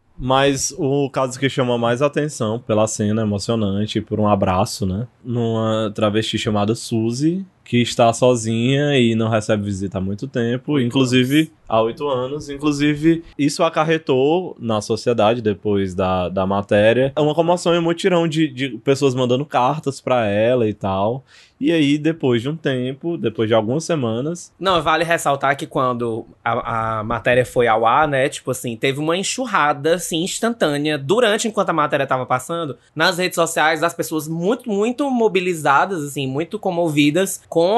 Mas o caso que chama mais atenção pela cena emocionante, por um abraço, né? Numa travesti chamada Suzy, que está sozinha e não recebe visita há muito tempo, inclusive há 8 anos. Inclusive, isso acarretou na sociedade, depois da matéria, uma comoção e um mutirão de pessoas mandando cartas pra ela e tal. E aí, depois de um tempo, depois de algumas semanas... Não, vale ressaltar que quando a matéria foi ao ar, né, tipo assim, teve uma enxurrada, assim, instantânea, enquanto a matéria tava passando, nas redes sociais, das pessoas muito, muito mobilizadas, assim, muito comovidas com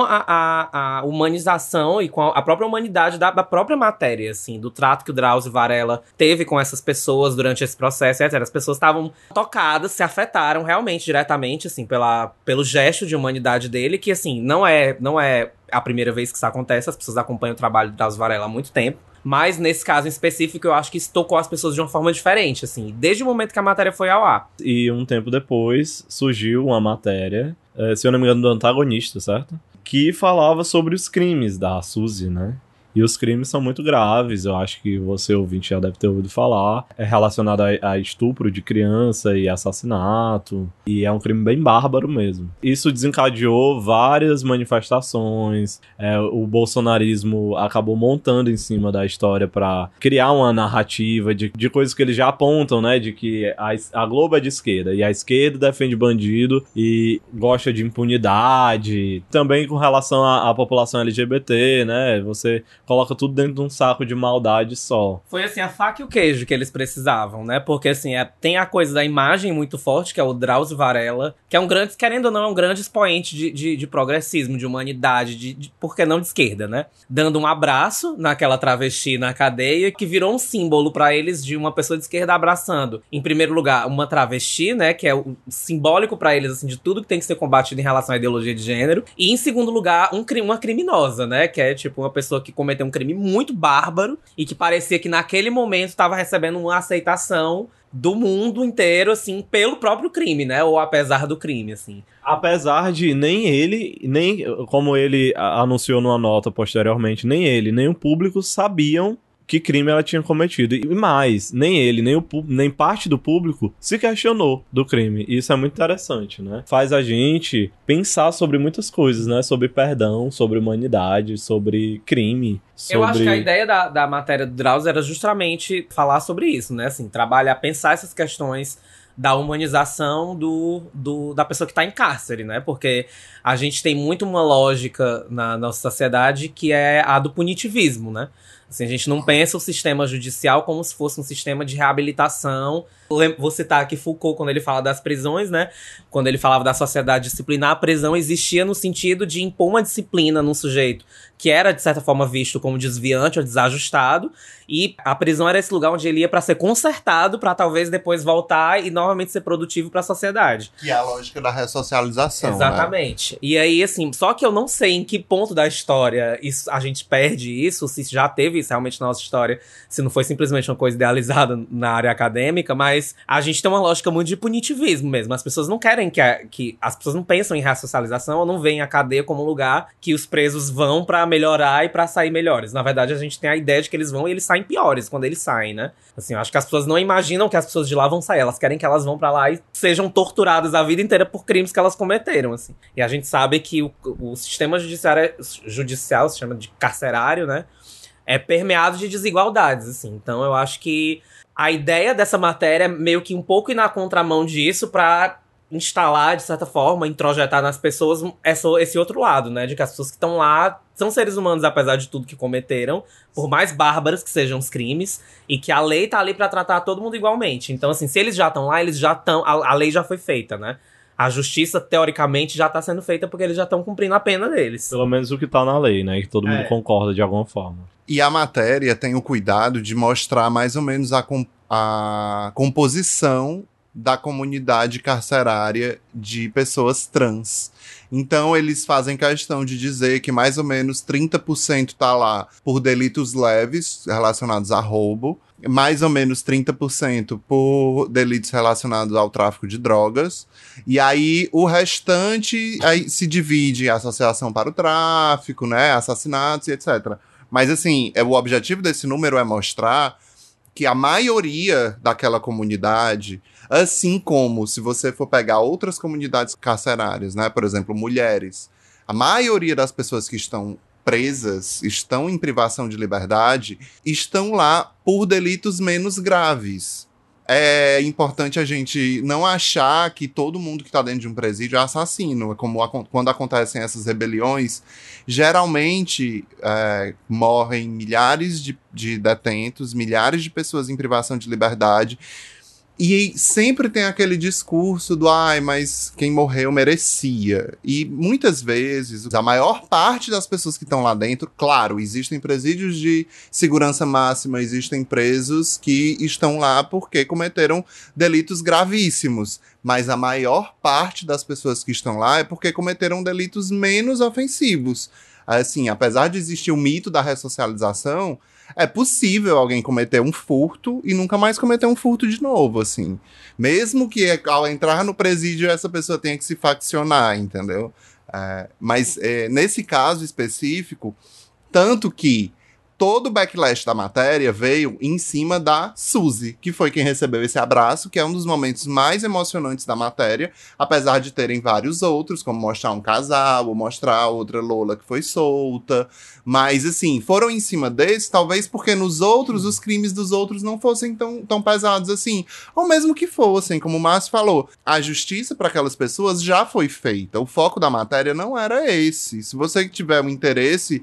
a humanização e com a própria humanidade da própria matéria, assim, do trato que o Drauzio Varela teve com essas pessoas durante esse processo, etc. As pessoas estavam tocadas, se afetaram realmente, diretamente, assim, pelo gesto de humanidade dele, que, assim, não é a primeira vez que isso acontece, as pessoas acompanham o trabalho do Drauzio Varela há muito tempo, mas nesse caso em específico eu acho que isso tocou as pessoas de uma forma diferente, assim, desde o momento que a matéria foi ao ar. E um tempo depois surgiu uma matéria, se eu não me engano, do Antagonista, certo? Que falava sobre os crimes da Suzy, né? E os crimes são muito graves, eu acho que você, ouvinte, já deve ter ouvido falar. É relacionado a estupro de criança e assassinato. E é um crime bem bárbaro mesmo. Isso desencadeou várias manifestações. O bolsonarismo acabou montando em cima da história para criar uma narrativa de coisas que eles já apontam, né? De que a Globo é de esquerda e a esquerda defende bandido e gosta de impunidade. Também com relação à população LGBT, né? Você coloca tudo dentro de um saco de maldade só. Foi assim, a faca e o queijo que eles precisavam, né? Porque assim, tem a coisa da imagem muito forte, que é o Drauzio Varela, que é um grande, querendo ou não, é um grande expoente de progressismo, de humanidade, por que não de esquerda, né? Dando um abraço naquela travesti na cadeia, que virou um símbolo pra eles de uma pessoa de esquerda abraçando, em primeiro lugar, uma travesti, né? Que é o simbólico pra eles, assim, de tudo que tem que ser combatido em relação à ideologia de gênero. E em segundo lugar, uma criminosa, né? Que é tipo uma pessoa que cometeu um crime muito bárbaro e que parecia que naquele momento estava recebendo uma aceitação do mundo inteiro, assim, pelo próprio crime, né? Ou apesar do crime, assim. Apesar de nem ele, nem como ele anunciou numa nota posteriormente, nem ele, nem o público sabiam que crime ela tinha cometido. E mais, nem ele, nem parte do público se questionou do crime. E isso é muito interessante, né? Faz a gente pensar sobre muitas coisas, né? Sobre perdão, sobre humanidade, sobre crime. Eu acho que a ideia da matéria do Drauzio era justamente falar sobre isso, né? Assim, trabalhar, pensar essas questões da humanização da pessoa que tá em cárcere, né? Porque a gente tem muito uma lógica na nossa sociedade que é a do punitivismo, né? Assim, a gente não pensa o sistema judicial como se fosse um sistema de reabilitação. Vou citar aqui Foucault quando ele fala das prisões, né? Quando ele falava da sociedade disciplinar, a prisão existia no sentido de impor uma disciplina num sujeito que era, de certa forma, visto como desviante ou desajustado. E a prisão era esse lugar onde ele ia pra ser consertado, pra talvez depois voltar e novamente ser produtivo pra sociedade. Que é a lógica da ressocialização, exatamente. Né? E aí, assim, só que eu não sei em que ponto da história a gente perde isso, se já teve isso realmente na nossa história, se não foi simplesmente uma coisa idealizada na área acadêmica, mas a gente tem uma lógica muito de punitivismo mesmo. As pessoas não querem que as pessoas não pensam em ressocialização ou não veem a cadeia como um lugar que os presos vão pra melhorar e pra sair melhores. Na verdade, a gente tem a ideia de que eles vão e eles saem piores quando eles saem, né? Assim, eu acho que as pessoas não imaginam que as pessoas de lá vão sair. Elas querem que elas vão pra lá e sejam torturadas a vida inteira por crimes que elas cometeram, assim. E a gente sabe que o sistema judicial, se chama de carcerário, né? É permeado de desigualdades, assim. Então, eu acho que a ideia dessa matéria é meio que um pouco ir na contramão disso pra instalar, de certa forma, introjetar nas pessoas esse outro lado, né? De que as pessoas que estão lá são seres humanos, apesar de tudo que cometeram, por mais bárbaros que sejam os crimes, e que a lei tá ali pra tratar todo mundo igualmente. Então, assim, se eles já estão lá, eles já estão... A lei já foi feita, né? A justiça, teoricamente, já tá sendo feita porque eles já estão cumprindo a pena deles. Pelo menos o que tá na lei, né? Que todo mundo concorda de alguma forma. E a matéria tem o cuidado de mostrar mais ou menos a composição da comunidade carcerária de pessoas trans. Então, eles fazem questão de dizer que mais ou menos 30% tá lá por delitos leves relacionados a roubo, mais ou menos 30% por delitos relacionados ao tráfico de drogas, e aí o restante aí se divide em associação para o tráfico, né, assassinatos e etc. Mas, assim, o objetivo desse número é mostrar que a maioria daquela comunidade, assim como se você for pegar outras comunidades carcerárias, né, por exemplo, mulheres, a maioria das pessoas que estão presas, estão em privação de liberdade, estão lá por delitos menos graves. É importante a gente não achar que todo mundo que está dentro de um presídio é assassino. Como quando acontecem essas rebeliões, geralmente morrem milhares de detentos, milhares de pessoas em privação de liberdade. E sempre tem aquele discurso do mas quem morreu merecia. E muitas vezes, a maior parte das pessoas que estão lá dentro, claro, existem presídios de segurança máxima, existem presos que estão lá porque cometeram delitos gravíssimos. Mas a maior parte das pessoas que estão lá é porque cometeram delitos menos ofensivos. Assim, apesar de existir o mito da ressocialização, é possível alguém cometer um furto e nunca mais cometer um furto de novo, assim. Mesmo que ao entrar no presídio essa pessoa tenha que se faccionar, entendeu? Mas nesse caso específico, tanto que todo o backlash da matéria veio em cima da Suzy, que foi quem recebeu esse abraço, que é um dos momentos mais emocionantes da matéria, apesar de terem vários outros, como mostrar um casal, ou mostrar outra Lola que foi solta. Mas, assim, foram em cima desse, talvez porque nos outros, os crimes dos outros não fossem tão pesados assim. Ou mesmo que fossem, como o Márcio falou, a justiça para aquelas pessoas já foi feita. O foco da matéria não era esse. Se você tiver um interesse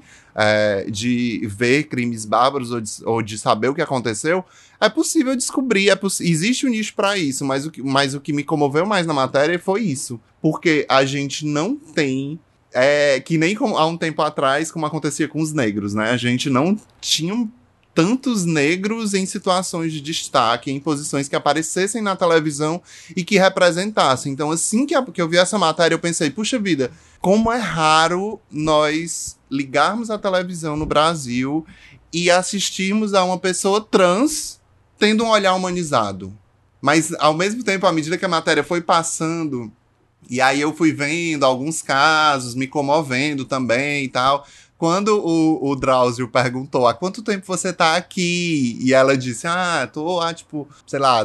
de ver crimes bárbaros ou de saber o que aconteceu, é possível descobrir, existe um nicho para isso, mas o que me comoveu mais na matéria foi isso, porque a gente não tem, que nem há um tempo atrás, como acontecia com os negros, né? A gente não tinha tantos negros em situações de destaque, em posições que aparecessem na televisão e que representassem. Então, assim que eu vi essa matéria, eu pensei, puxa vida, como é raro nós ligarmos a televisão no Brasil e assistirmos a uma pessoa trans tendo um olhar humanizado. Mas, ao mesmo tempo, à medida que a matéria foi passando, e aí eu fui vendo alguns casos, me comovendo também e tal, quando o Drauzio perguntou há quanto tempo você tá aqui, e ela disse, tô há, tipo, sei lá,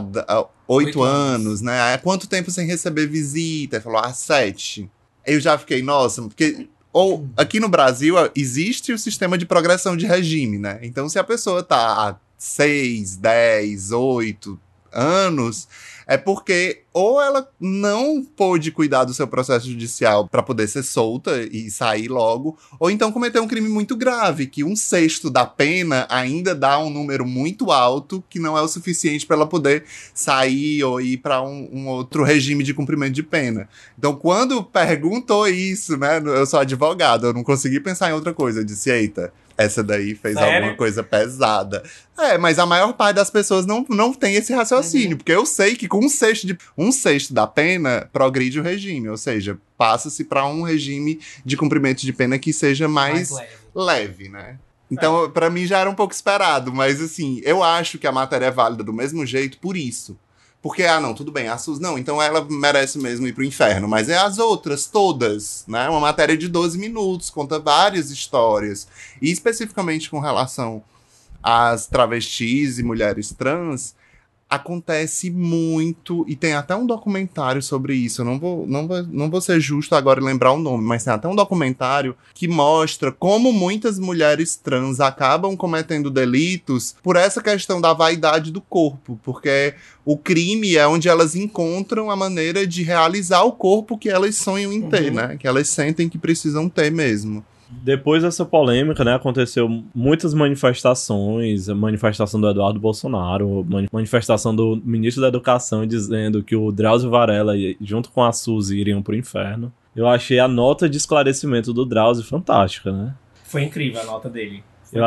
8 anos, né? Há quanto tempo sem receber visita? Ele falou, 7. Eu já fiquei, nossa, porque... Ou, aqui no Brasil, existe o sistema de progressão de regime, né? Então, se a pessoa tá há 6, 10, 8 anos, é porque ou ela não pôde cuidar do seu processo judicial para poder ser solta e sair logo, ou então cometeu um crime muito grave, que 1/6 da pena ainda dá um número muito alto, que não é o suficiente para ela poder sair ou ir para um outro regime de cumprimento de pena. Então, quando perguntou isso, né, eu sou advogado, eu não consegui pensar em outra coisa, eu disse, eita, essa daí fez alguma coisa pesada. Mas a maior parte das pessoas não tem esse raciocínio, porque eu sei que com 1/6 da pena progride o regime, ou seja, passa-se para um regime de cumprimento de pena que seja mais leve, né? Então, pra mim já era um pouco esperado, mas assim, eu acho que a matéria é válida do mesmo jeito por isso. Porque, não, tudo bem, a Suzy, não, então ela merece mesmo ir pro inferno. Mas é as outras, todas, né? Uma matéria de 12 minutos, conta várias histórias. E especificamente com relação às travestis e mulheres trans, acontece muito, e tem até um documentário sobre isso. Eu não vou ser justo agora em lembrar o nome, mas tem até um documentário que mostra como muitas mulheres trans acabam cometendo delitos por essa questão da vaidade do corpo, porque o crime é onde elas encontram a maneira de realizar o corpo que elas sonham em ter, né? Que elas sentem que precisam ter mesmo. Depois dessa polêmica, né, aconteceu muitas manifestações, a manifestação do Eduardo Bolsonaro, manifestação do ministro da Educação dizendo que o Drauzio Varela, junto com a Suzy, iriam pro inferno. Eu achei a nota de esclarecimento do Drauzio fantástica, né? Foi incrível a nota dele. Foi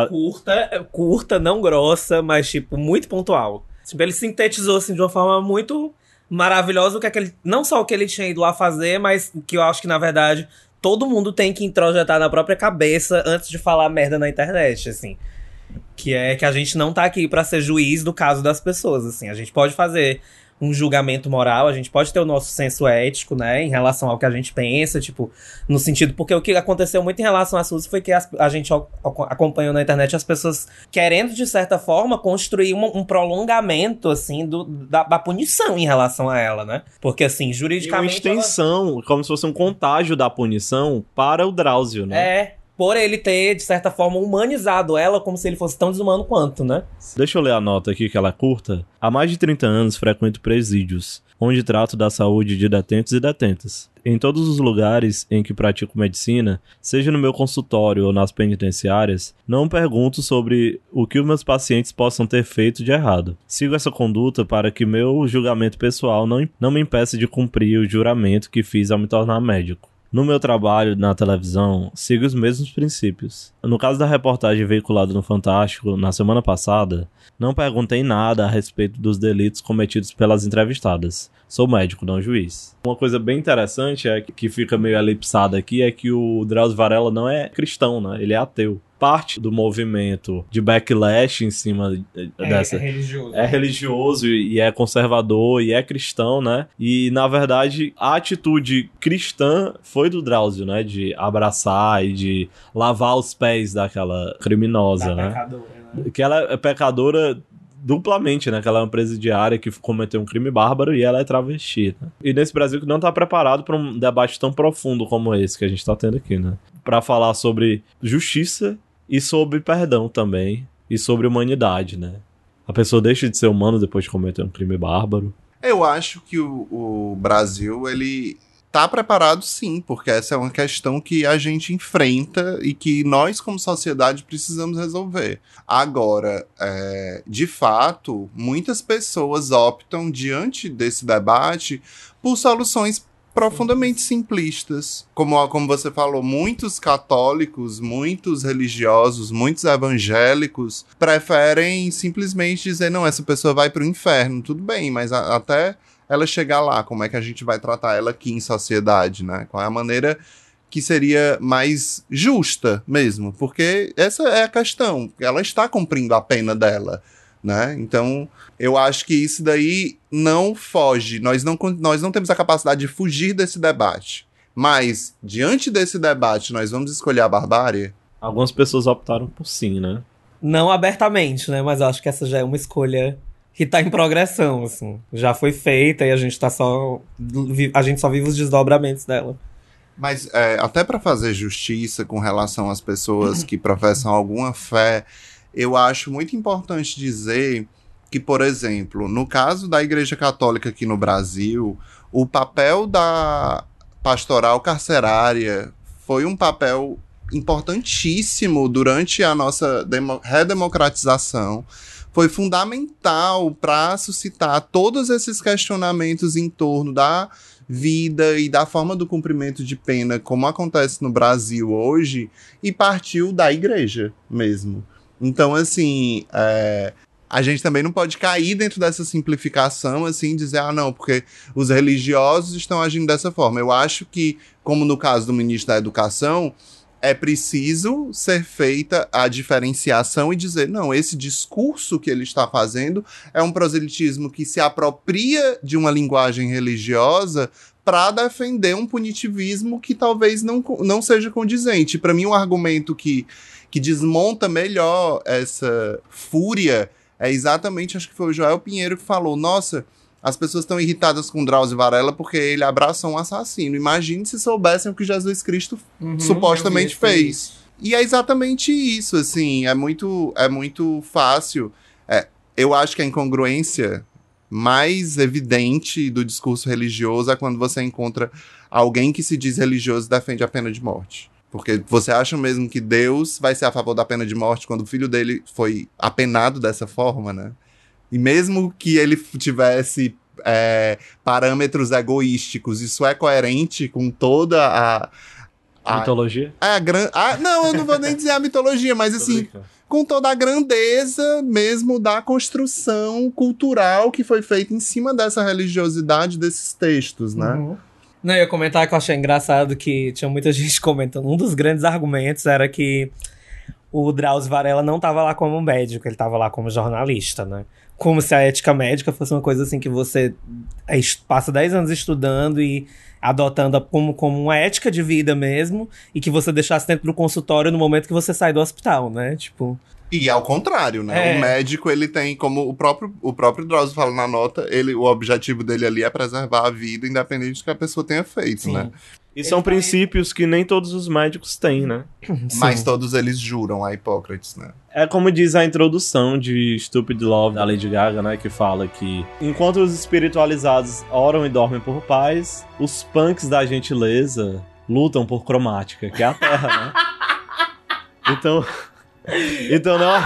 curta, não grossa, mas, tipo, muito pontual. Tipo, ele sintetizou, assim, de uma forma muito maravilhosa não só o que ele tinha ido lá fazer, mas que eu acho que, na verdade, todo mundo tem que introjetar na própria cabeça antes de falar merda na internet, assim. Que é que a gente não tá aqui pra ser juiz do caso das pessoas, assim. A gente pode fazer um julgamento moral, a gente pode ter o nosso senso ético, né, em relação ao que a gente pensa, tipo, no sentido, porque o que aconteceu muito em relação à Suzy foi que a gente acompanhou na internet as pessoas querendo, de certa forma, construir um prolongamento, assim, da punição em relação a ela, né, porque, assim, juridicamente... E uma extensão, como se fosse um contágio da punição para o Drauzio, né? Por ele ter, de certa forma, humanizado ela como se ele fosse tão desumano quanto, né? Deixa eu ler a nota aqui, que ela é curta. Há mais de 30 anos frequento presídios, onde trato da saúde de detentos e detentas. Em todos os lugares em que pratico medicina, seja no meu consultório ou nas penitenciárias, não pergunto sobre o que os meus pacientes possam ter feito de errado. Sigo essa conduta para que meu julgamento pessoal não me impeça de cumprir o juramento que fiz ao me tornar médico. No meu trabalho na televisão, sigo os mesmos princípios. No caso da reportagem veiculada no Fantástico na semana passada, não perguntei nada a respeito dos delitos cometidos pelas entrevistadas. Sou médico, não juiz. Uma coisa bem interessante que fica meio elipsada aqui é que o Drauzio Varela não é cristão, né? Ele é ateu. Parte do movimento de backlash em cima dessa... É religioso. É religioso e é conservador e é cristão, né? E, na verdade, a atitude cristã foi do Drauzio, né? De abraçar e de lavar os pés daquela criminosa, né? Pecadora, né? Que ela é pecadora duplamente, né? Que ela é uma presidiária que cometeu um crime bárbaro e ela é travesti, né? E nesse Brasil que não tá preparado para um debate tão profundo como esse que a gente tá tendo aqui, né? Pra falar sobre justiça e sobre perdão também, e sobre humanidade, né? A pessoa deixa de ser humana depois de cometer um crime bárbaro. Eu acho que o Brasil, ele tá preparado sim, porque essa é uma questão que a gente enfrenta e que nós, como sociedade, precisamos resolver. Agora, de fato, muitas pessoas optam, diante desse debate, por soluções profundamente simplistas. Como você falou, muitos católicos, muitos religiosos, muitos evangélicos preferem simplesmente dizer, não, essa pessoa vai pro inferno. Tudo bem, mas até ela chegar lá, como é que a gente vai tratar ela aqui em sociedade, né? Qual é a maneira que seria mais justa mesmo? Porque essa é a questão. Ela está cumprindo a pena dela, né? Então, eu acho que isso daí não foge. Nós não temos a capacidade de fugir desse debate. Mas, diante desse debate, nós vamos escolher a barbárie? Algumas pessoas optaram por sim, né? Não abertamente, né? Mas eu acho que essa já é uma escolha que tá em progressão, assim. Já foi feita e a gente só vive os desdobramentos dela. Mas até para fazer justiça com relação às pessoas que professam alguma fé, eu acho muito importante dizer que, por exemplo, no caso da Igreja Católica aqui no Brasil, o papel da pastoral carcerária foi um papel importantíssimo durante a nossa redemocratização. Foi fundamental para suscitar todos esses questionamentos em torno da vida e da forma do cumprimento de pena, como acontece no Brasil hoje, e partiu da igreja mesmo. Então, assim, a gente também não pode cair dentro dessa simplificação, assim, dizer, não, porque os religiosos estão agindo dessa forma. Eu acho que, como no caso do ministro da Educação, é preciso ser feita a diferenciação e dizer, não, esse discurso que ele está fazendo é um proselitismo que se apropria de uma linguagem religiosa para defender um punitivismo que talvez não seja condizente. Para mim, um argumento que desmonta melhor essa fúria é exatamente, acho que foi o Joel Pinheiro que falou, nossa, as pessoas estão irritadas com Drauzio Varela porque ele abraçou um assassino. Imagine se soubessem o que Jesus Cristo supostamente fez. E é exatamente isso, assim, é muito fácil. Eu acho que a incongruência mais evidente do discurso religioso é quando você encontra alguém que se diz religioso e defende a pena de morte. Porque você acha mesmo que Deus vai ser a favor da pena de morte quando o filho dele foi apenado dessa forma, né? E mesmo que ele tivesse parâmetros egoísticos, isso é coerente com toda a mitologia? Não, eu não vou nem dizer a mitologia, mas assim, com toda a grandeza mesmo da construção cultural que foi feita em cima dessa religiosidade desses textos, né? Uhum. Não, eu ia comentar que eu achei engraçado que tinha muita gente comentando. Um dos grandes argumentos era que o Drauzio Varela não estava lá como médico, ele estava lá como jornalista, né? Como se a ética médica fosse uma coisa assim que você passa 10 anos estudando e adotando como uma ética de vida mesmo, e que você deixasse dentro do consultório no momento que você sai do hospital, né? Tipo... E ao contrário, né? O médico, ele tem, como o próprio Drauzio fala na nota, o objetivo dele ali é preservar a vida, independente do que a pessoa tenha feito, né? E são princípios que nem todos os médicos têm, né? Mas todos eles juram a Hipócrates, né? É como diz a introdução de Stupid Love, da Lady Gaga, né? Que fala que enquanto os espiritualizados oram e dormem por paz, os punks da gentileza lutam por cromática, que é a terra, né? Então não...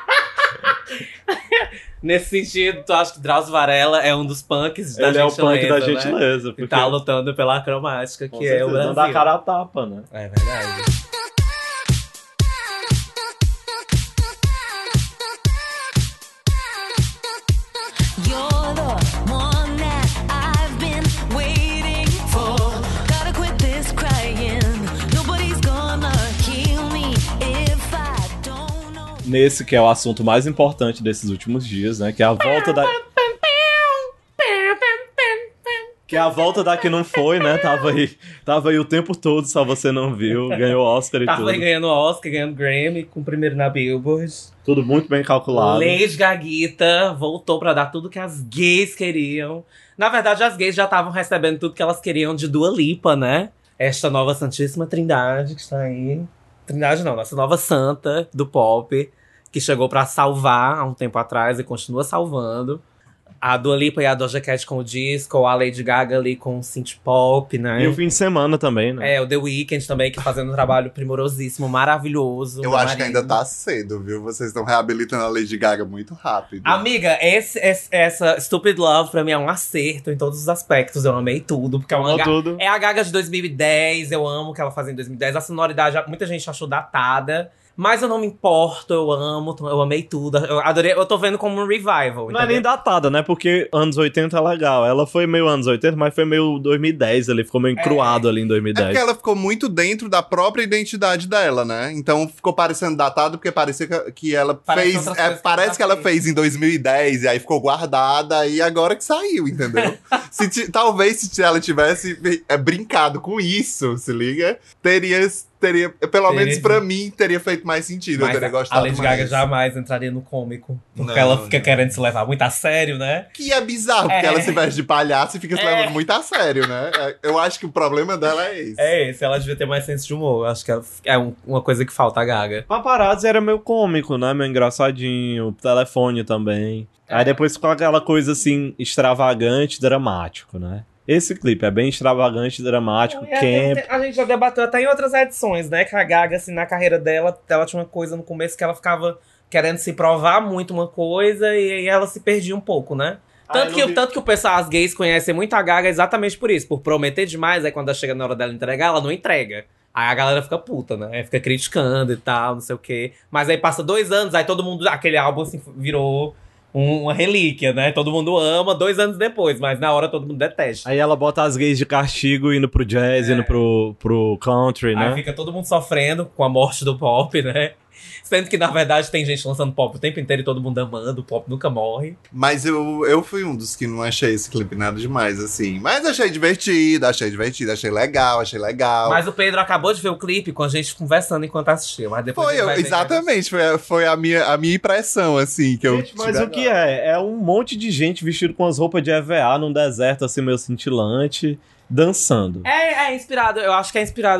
Nesse sentido, tu acha que Drauzio Varela é um dos punks da gentileza, ele é o punk da gentileza. Né? Que tá lutando pela cromática, que é o Brasil. Não dá cara a tapa, né? É verdade. Nesse que é o assunto mais importante desses últimos dias, né? Que é a volta da... Que é a volta da que não foi, né? Tava aí o tempo todo, só você não viu. Ganhou Oscar e tudo. Tava aí ganhando Oscar, ganhando Grammy, com o primeiro na Billboard. Tudo muito bem calculado. Lady Gaguita voltou pra dar tudo que as gays queriam. Na verdade, as gays já estavam recebendo tudo que elas queriam de Dua Lipa, né? Esta nova Santíssima Trindade que está aí. Trindade não, nossa nova santa do pop, que chegou pra salvar há um tempo atrás e continua salvando. A Dua Lipa e a Doja Cat com o disco, a Lady Gaga ali com o synth pop, né? E o fim de semana também, né? O The Weeknd também, que fazendo um trabalho primorosíssimo, maravilhoso. Eu acho que ainda tá cedo, viu? Vocês estão reabilitando a Lady Gaga muito rápido. Amiga, essa Stupid Love pra mim é um acerto em todos os aspectos. Eu amei tudo, porque é a Gaga de 2010, eu amo o que ela fazia em 2010. A sonoridade, muita gente achou datada. Mas eu não me importo, eu amo, eu amei tudo. Eu adorei, eu tô vendo como um revival. Não é nem datada, né? Porque anos 80 é legal. Ela foi meio anos 80, mas foi meio 2010 ali. Ficou meio encruado ali em 2010. É porque ela ficou muito dentro da própria identidade dela, né? Então ficou parecendo datado porque parecia que ela fez... Parece que ela fez em 2010 e aí ficou guardada e agora que saiu, entendeu? Talvez se ela tivesse brincado com isso, se liga, teria teria, pelo menos pra mim, teria feito mais sentido. Mas eu teria gostado a Lady mais. Gaga jamais entraria no cômico. Porque Não, ela fica não. querendo se levar muito a sério, né? Que é bizarro, porque ela se veste de palhaço e fica se levando muito a sério, né? Eu acho que o problema dela é esse. É esse, ela devia ter mais senso de humor. Eu acho que é uma coisa que falta a Gaga. Paparazzi era meio cômico, né? Meio engraçadinho. Telefone também. Aí depois ficou aquela coisa assim, extravagante, dramático, né? Esse clipe é bem extravagante, dramático, camp. A gente já debateu até em outras edições, né? Que a Gaga, assim, na carreira dela, ela tinha uma coisa no começo que ela ficava querendo se provar muito uma coisa e aí ela se perdia um pouco, né? Tanto que o pessoal, as gays, conhecem muito a Gaga exatamente por isso. Por prometer demais, aí quando ela chega na hora dela entregar, ela não entrega. Aí a galera fica puta, né? Aí fica criticando e tal, não sei o quê. Mas aí passa 2 anos, aí todo mundo... Aquele álbum, assim, virou uma relíquia, né? Todo mundo ama 2 anos depois, mas na hora todo mundo detesta. Aí ela bota as gays de castigo indo pro jazz, indo pro country, né? Aí fica todo mundo sofrendo com a morte do pop, né? Sendo que, na verdade, tem gente lançando pop o tempo inteiro e todo mundo amando, o pop nunca morre. Mas eu fui um dos que não achei esse clipe nada demais, assim. Mas achei divertido, achei legal. Mas o Pedro acabou de ver o clipe com a gente conversando enquanto assistiu. Mas depois Foi, ele vai ver exatamente, foi a minha impressão, assim, que Gente, mas o que é? É um monte de gente vestido com as roupas de EVA num deserto, assim, meio cintilante, dançando. É inspirado, eu acho que é inspirado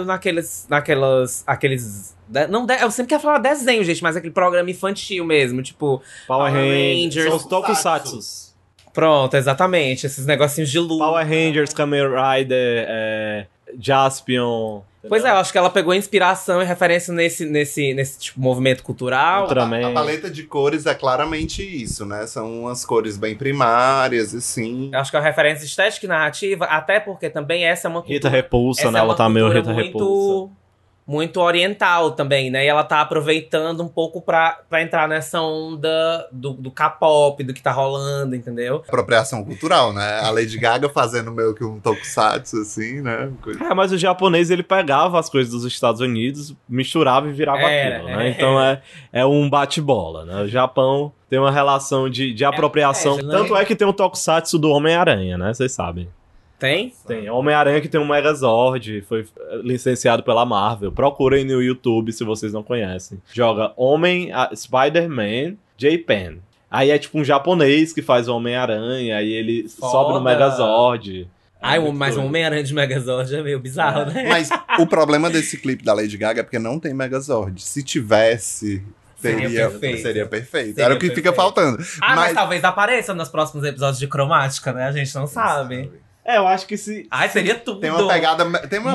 aqueles... eu sempre quero falar desenho, gente, mas aquele programa infantil mesmo, tipo... Power Rangers. São os tokusatsus. Pronto, exatamente, esses negocinhos de luz. Power Rangers, Kamen Rider, Jaspion... Pois é, eu acho que ela pegou inspiração e referência nesse tipo, movimento cultural. A paleta de cores é claramente isso, né? São umas cores bem primárias, assim. Eu acho que é uma referência estética e narrativa, até porque também essa é uma cultura... Rita Repulsa, né? Ela tá meio Rita Repulsa. Muito oriental também, né? E ela tá aproveitando um pouco pra entrar nessa onda do K-pop, do que tá rolando, entendeu? Apropriação cultural, né? A Lady Gaga fazendo meio que um tokusatsu, assim, né? Mas o japonês, ele pegava as coisas dos Estados Unidos, misturava e virava aquilo, né? Então é um bate-bola, né? O Japão tem uma relação de apropriação. Tanto é que tem o tokusatsu do Homem-Aranha, né? Vocês sabem. Tem? Tem. Homem-Aranha que tem um Megazord, foi licenciado pela Marvel. Procurem no YouTube se vocês não conhecem. Joga Spider-Man J-Pen. Aí é tipo um japonês que faz o Homem-Aranha, aí ele sobe no Megazord. Mas o Homem-Aranha de Megazord é meio bizarro, né? Mas o problema desse clipe da Lady Gaga é porque não tem Megazord. Se tivesse... Seria perfeito. Era o que fica faltando. Mas talvez apareça nos próximos episódios de Cromática, né? A gente não sabe. Eu acho que se... seria tudo. Tem uma pegada...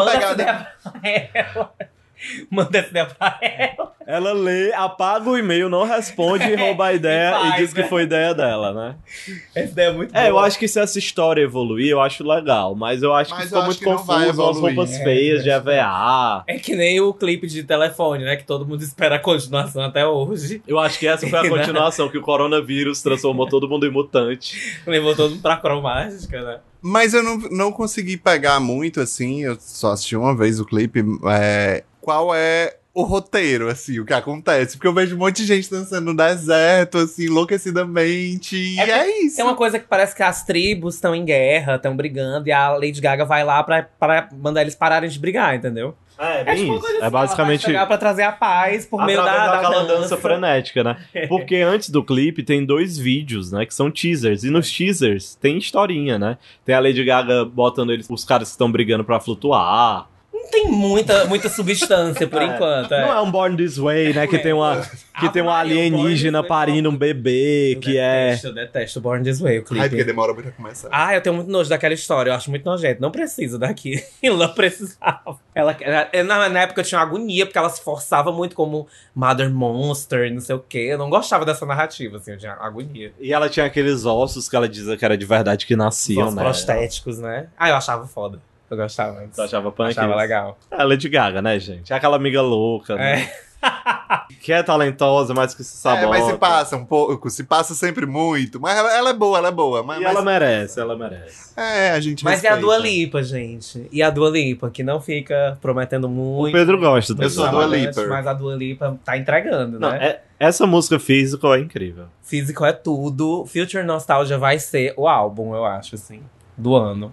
Manda essa ideia pra ela. Ela lê, apaga o e-mail, não responde, rouba a ideia e diz que foi ideia dela, né? Essa ideia é muito boa. Eu acho que se essa história evoluir, eu acho legal. Mas eu acho que ficou muito confuso, as roupas feias de EVA. É que nem o clipe de telefone, né? Que todo mundo espera a continuação até hoje. Eu acho que essa foi a continuação, que o coronavírus transformou todo mundo em mutante. Levou todo mundo pra cromática, né? Mas eu não consegui pegar muito, assim, eu só assisti uma vez o clipe. Qual é o roteiro, assim, o que acontece? Porque eu vejo um monte de gente dançando no deserto, assim, enlouquecidamente, e é isso. Tem uma coisa que parece que as tribos estão em guerra, estão brigando, e a Lady Gaga vai lá pra mandar eles pararem de brigar, entendeu? É bem tipo isso. É basicamente... Ela vai pra trazer a paz por meio daquela dança frenética, né? Porque antes do clipe tem 2 vídeos, né? Que são teasers. E nos teasers tem historinha, né? Tem a Lady Gaga botando os caras que estão brigando pra flutuar. Não tem muita substância por enquanto. Não é um Born This Way, né? Que tem uma alienígena parindo um bebê, Eu detesto Born This Way, o clipe. Porque demora muito a começar. Eu tenho muito nojo daquela história, eu acho muito nojento. Não precisa daqui. Ela precisava. Na época eu tinha agonia, porque ela se forçava muito como Mother Monster, não sei o quê. Eu não gostava dessa narrativa, assim, eu tinha agonia. E ela tinha aqueles ossos que ela dizia que era de verdade que nasciam, os né? prostéticos, né? Eu achava foda. Eu gostava antes. Tu achava punk? Achava legal. É Lady Gaga, né, gente? É aquela amiga louca, né? Que é talentosa, mas que se sabota. Mas se passa um pouco, se passa sempre muito. Mas ela é boa. Mas ela merece. A gente Mas respeita. e a Dua Lipa, gente? E a Dua Lipa, que não fica prometendo muito. O Pedro gosta da Eu sou a Dua Lipa. Mas a Dua Lipa tá entregando, não, né? Essa música Physical é incrível. Physical é tudo. Future Nostalgia vai ser o álbum, eu acho, assim, do ano.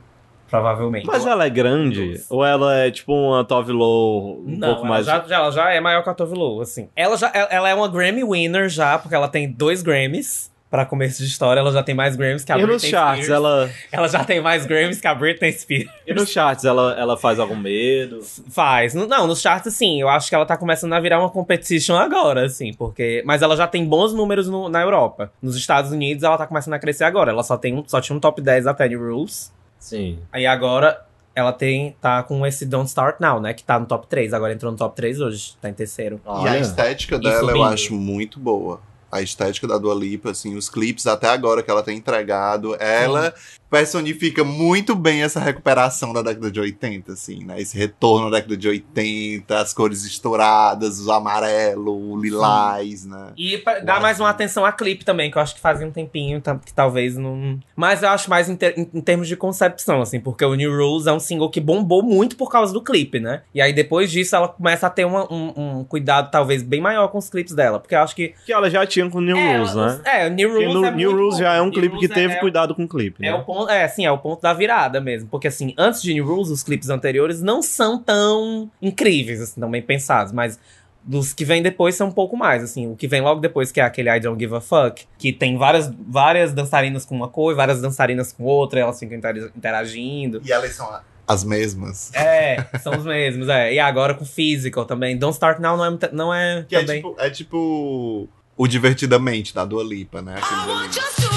provavelmente. Mas ela é grande? Ou ela é tipo uma Tove Lo pouco mais... Ela já é maior que a Tove Lo, assim. Ela é uma Grammy winner já, porque ela tem 2 Grammys. Pra começo de história, ela já tem mais Grammys que a Britney Spears. E nos charts, ela já tem mais Grammys que a Britney Spears. E nos charts, ela faz algum medo? Faz. Não, nos charts, sim. Eu acho que ela tá começando a virar uma competition agora, assim, porque... Mas ela já tem bons números na Europa. Nos Estados Unidos, ela tá começando a crescer agora. Ela só tinha um top 10 até de Rules. Sim. Aí agora, ela tá com esse Don't Start Now, né? Que tá no top 3. Agora entrou no top 3 hoje. Tá em terceiro. E a estética dela eu acho muito boa. A estética da Dua Lipa, assim, os clipes até agora que ela tem entregado, ela personifica muito bem essa recuperação da década de 80, assim, né? Esse retorno da década de 80, as cores estouradas, o amarelo, o lilás, né? E dá mais uma atenção a clipe também, que eu acho que fazia um tempinho, que talvez não... Mas eu acho mais em termos de concepção, assim, porque o New Rules é um single que bombou muito por causa do clipe, né? E aí depois disso ela começa a ter um cuidado talvez bem maior com os clipes dela, porque eu acho que... Que ela já tinha com o New Rules, né? O New Rules New Rules já é um clipe que teve cuidado com o clipe, né? É o ponto da virada mesmo. Porque, assim, antes de New Rules, os clipes anteriores não são tão incríveis, assim, tão bem pensados. Mas dos que vêm depois são um pouco mais, assim. O que vem logo depois, que é aquele I Don't Give a Fuck, que tem várias dançarinas com uma cor e várias dançarinas com outra, e elas ficam interagindo. E elas são as mesmas. São os mesmos, E agora com Physical também. Don't Start Now não é que também... É tipo o Divertidamente, da Dua Lipa, né? Aquele ali.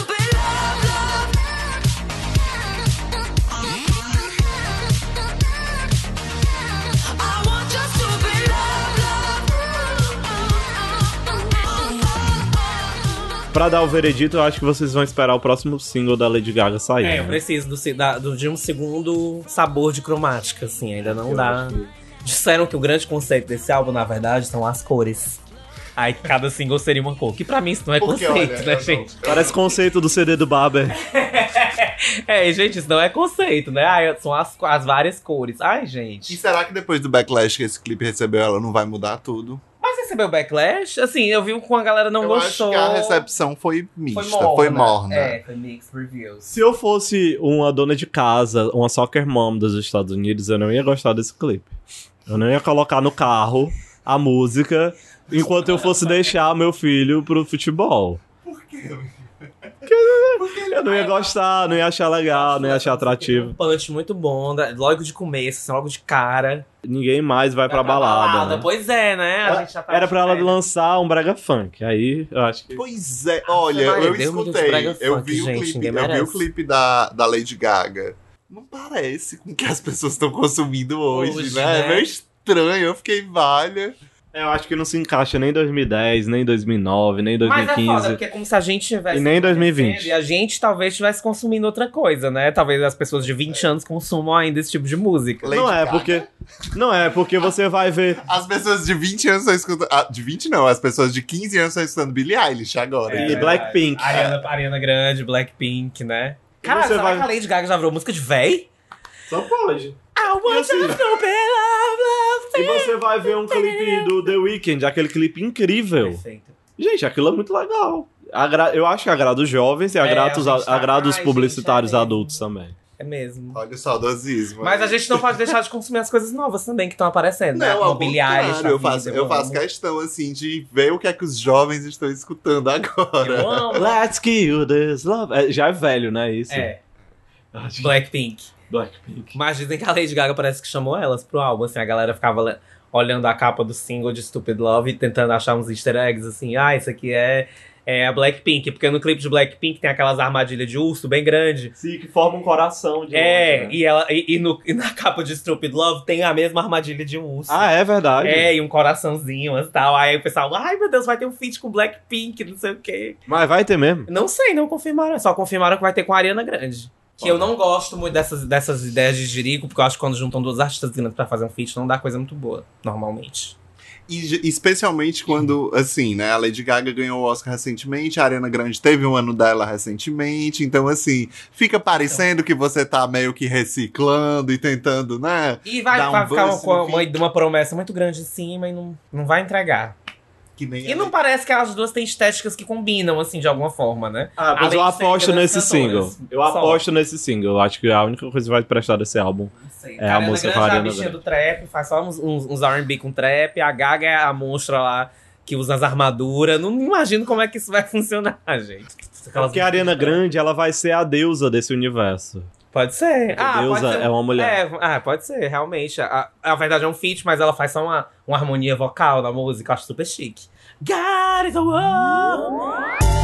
Pra dar o veredito, eu acho que vocês vão esperar o próximo single da Lady Gaga sair. Eu preciso de um segundo sabor de cromática, assim, ainda não dá. Disseram que o grande conceito desse álbum, na verdade, são as cores. Aí cada single seria uma cor. Que pra mim isso não é conceito, olha, né, gente? Parece conceito do CD do Barber. Gente, isso não é conceito, né? São as várias cores. Ai, gente. E será que depois do backlash que esse clipe recebeu, ela não vai mudar tudo? Mas recebeu backlash? Assim, eu vi com a galera não gostou. Eu acho que a recepção foi mista, foi morna. Foi mixed reviews. Se eu fosse uma dona de casa, uma soccer mom dos Estados Unidos, eu não ia gostar desse clipe. Eu não ia colocar no carro a música enquanto eu fosse deixar meu filho pro futebol. Por quê? Porque eu não ia gostar, não ia achar legal, não ia achar atrativo. Um punch muito bom, logo de começo, assim, logo de cara. Ninguém mais vai pra balada, né? Pois é, né? A gente já tá era pra ela lançar um brega funk, aí eu acho que... Pois é, olha, eu escutei, eu vi o clipe da Lady Gaga. Não parece com o que as pessoas estão consumindo hoje, né? É meio estranho, eu fiquei valha. Eu acho que não se encaixa nem em 2010, nem em 2009, nem em 2015. Mas é foda, porque é como se a gente tivesse... E nem em 2020. E a gente talvez estivesse consumindo outra coisa, né? Talvez as pessoas de 20 anos consumam ainda esse tipo de música. Não é porque você vai ver... As pessoas de 20 anos estão escutando... de 20 não, as pessoas de 15 anos estão escutando Billie Eilish agora. E Blackpink. Ariana Grande, Blackpink, né? Cara, será que a Lady Gaga já virou música de véi? Só pode. E você vai ver um clipe do The Weeknd, aquele clipe incrível. Perfeito. Gente, aquilo é muito legal. Eu acho que agrada os jovens e agrada os publicitários adultos também. É mesmo. Olha o saudosismo. Mas a gente não pode deixar de consumir as coisas novas também que estão aparecendo, né? Não, mobiliários. Eu faço questão, assim, de ver o que é que os jovens estão escutando agora. Eu amo. Let's kill this love. Já é velho, né? Isso. Blackpink. Mas dizem que a Lady Gaga parece que chamou elas pro álbum, assim, a galera ficava olhando a capa do single de Stupid Love e tentando achar uns easter eggs, assim, isso aqui é a Blackpink, porque no clipe de Blackpink tem aquelas armadilhas de urso bem grande. Sim, que forma um coração de urso, né? E na capa de Stupid Love tem a mesma armadilha de um urso. Ah, é verdade? E um coraçãozinho e tal. Aí o pessoal, ai meu Deus, vai ter um feat com Blackpink, não sei o quê. Mas vai ter mesmo? Não sei, não confirmaram, só confirmaram que vai ter com a Ariana Grande. Que eu não gosto muito dessas ideias de jirico, porque eu acho que quando juntam duas artistas grandes pra fazer um feat, não dá coisa muito boa, normalmente. E especialmente quando, assim, né, a Lady Gaga ganhou o Oscar recentemente, a Ariana Grande teve um ano dela recentemente, então, assim, fica parecendo que você tá meio que reciclando e tentando, né? E vai ficar uma promessa muito grande em cima e não vai entregar. que nem E não parece que as duas têm estéticas que combinam, assim, de alguma forma, né? Ah, mas Além eu de serem aposto grandes nesse cantoras. single. Eu Só. aposto nesse single. Eu acho que a única coisa que vai prestar desse álbum é a música com a Ariana Ariana Grande é a bichinha Grande. do trap, faz só uns R&B com trap. A Gaga é a monstra lá que usa as armaduras. Não imagino como é que isso vai funcionar, gente. Porque a Ariana Grande, ela vai ser a deusa desse universo. Pode ser. A deusa pode ser. é uma mulher. Pode ser, realmente. A verdade é um feat, mas ela faz só uma harmonia vocal na música. Eu acho super chique. God is a woman.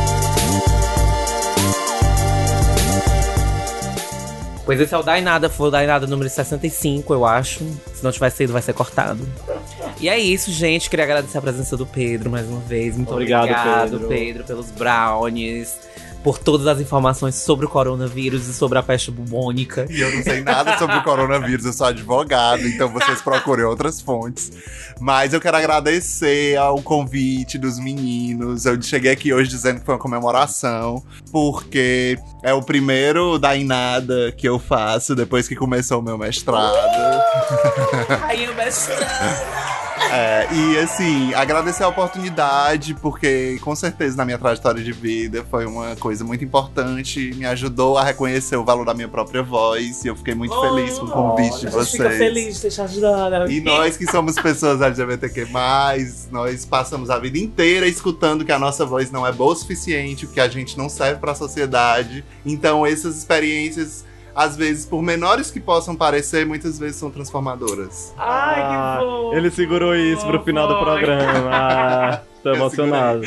Pois esse é o Dainada, foi o Dainada número 65, eu acho. Se não tiver sido, vai ser cortado. E é isso, gente. Queria agradecer a presença do Pedro mais uma vez. Muito obrigado, Pedro, pelos brownies. Por todas as informações sobre o coronavírus e sobre a peste bubônica. E eu não sei nada sobre o coronavírus, eu sou advogado, então vocês procurem outras fontes. Mas eu quero agradecer ao convite dos meninos. Eu cheguei aqui hoje dizendo que foi uma comemoração, porque é o primeiro Dainada que eu faço depois que começou o meu mestrado. Aí o mestrado. E assim, agradecer a oportunidade, porque com certeza na minha trajetória de vida foi uma coisa muito importante, me ajudou a reconhecer o valor da minha própria voz, e eu fiquei muito feliz com o convite de vocês. Fica feliz de ter te ajudado. E nós que somos pessoas LGBTQ+, nós passamos a vida inteira escutando que a nossa voz não é boa o suficiente, que a gente não serve pra sociedade. Então essas experiências, às vezes, por menores que possam parecer, muitas vezes são transformadoras. Ai, que bom! Ele segurou isso pro final do programa. Tô emocionado.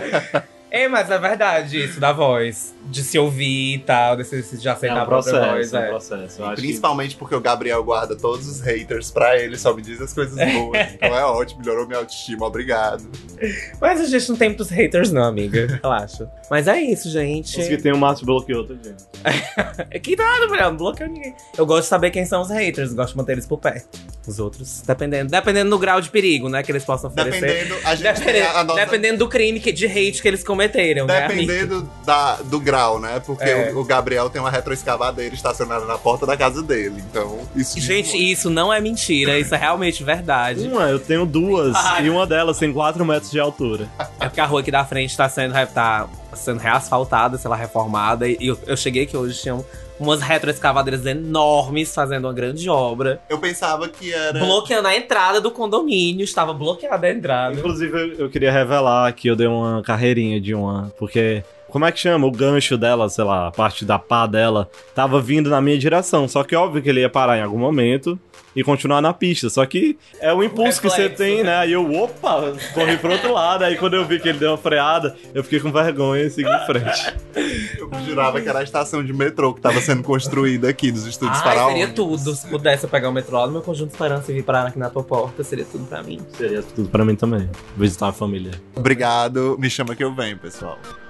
Mas é verdade isso da voz. De se ouvir e tal, de já aceitar a própria voz. É um processo. Eu acho Principalmente porque o Gabriel guarda todos os haters pra ele, só me diz as coisas boas. Então é ótimo, melhorou minha autoestima, obrigado. Mas a gente não tem muitos haters não, amiga. Relaxa. Mas é isso, gente. Os que tem o Márcio bloqueou outro dia. Que nada, mulher, não bloqueou ninguém. Eu gosto de saber quem são os haters, gosto de manter eles por perto. Os outros, dependendo do grau de perigo, né, que eles possam oferecer. Dependendo do crime de hate que eles cometeram, Dependendo do grau, né? Porque o Gabriel tem uma retroescavadeira estacionada na porta da casa dele. Então, isso. Gente, isso não é mentira, isso é realmente verdade. Eu tenho duas. E uma delas tem 4 metros de altura. É porque a rua aqui da frente tá sendo reasfaltada, sei lá, reformada. E eu cheguei aqui hoje, tinham umas retroescavadeiras enormes fazendo uma grande obra. Eu pensava que era... bloqueando a entrada do condomínio, estava bloqueada a entrada. Inclusive, eu queria revelar que eu dei uma carreirinha de uma... Porque... Como é que chama? O gancho dela, sei lá, a parte da pá dela, tava vindo na minha direção. Só que óbvio que ele ia parar em algum momento e continuar na pista. Só que é o impulso que você tem, né? Aí eu, corri pro outro lado. Aí quando eu vi que ele deu uma freada, eu fiquei com vergonha e segui em frente. Eu jurava que era a estação de metrô que tava sendo construída aqui dos estúdios Faraó. Seria tudo. Se pudesse eu pegar o metrô lá no meu conjunto de esperança e vir parar aqui na tua porta, seria tudo pra mim. Seria tudo pra mim também. Visitar a família. Obrigado. Me chama que eu venho, pessoal.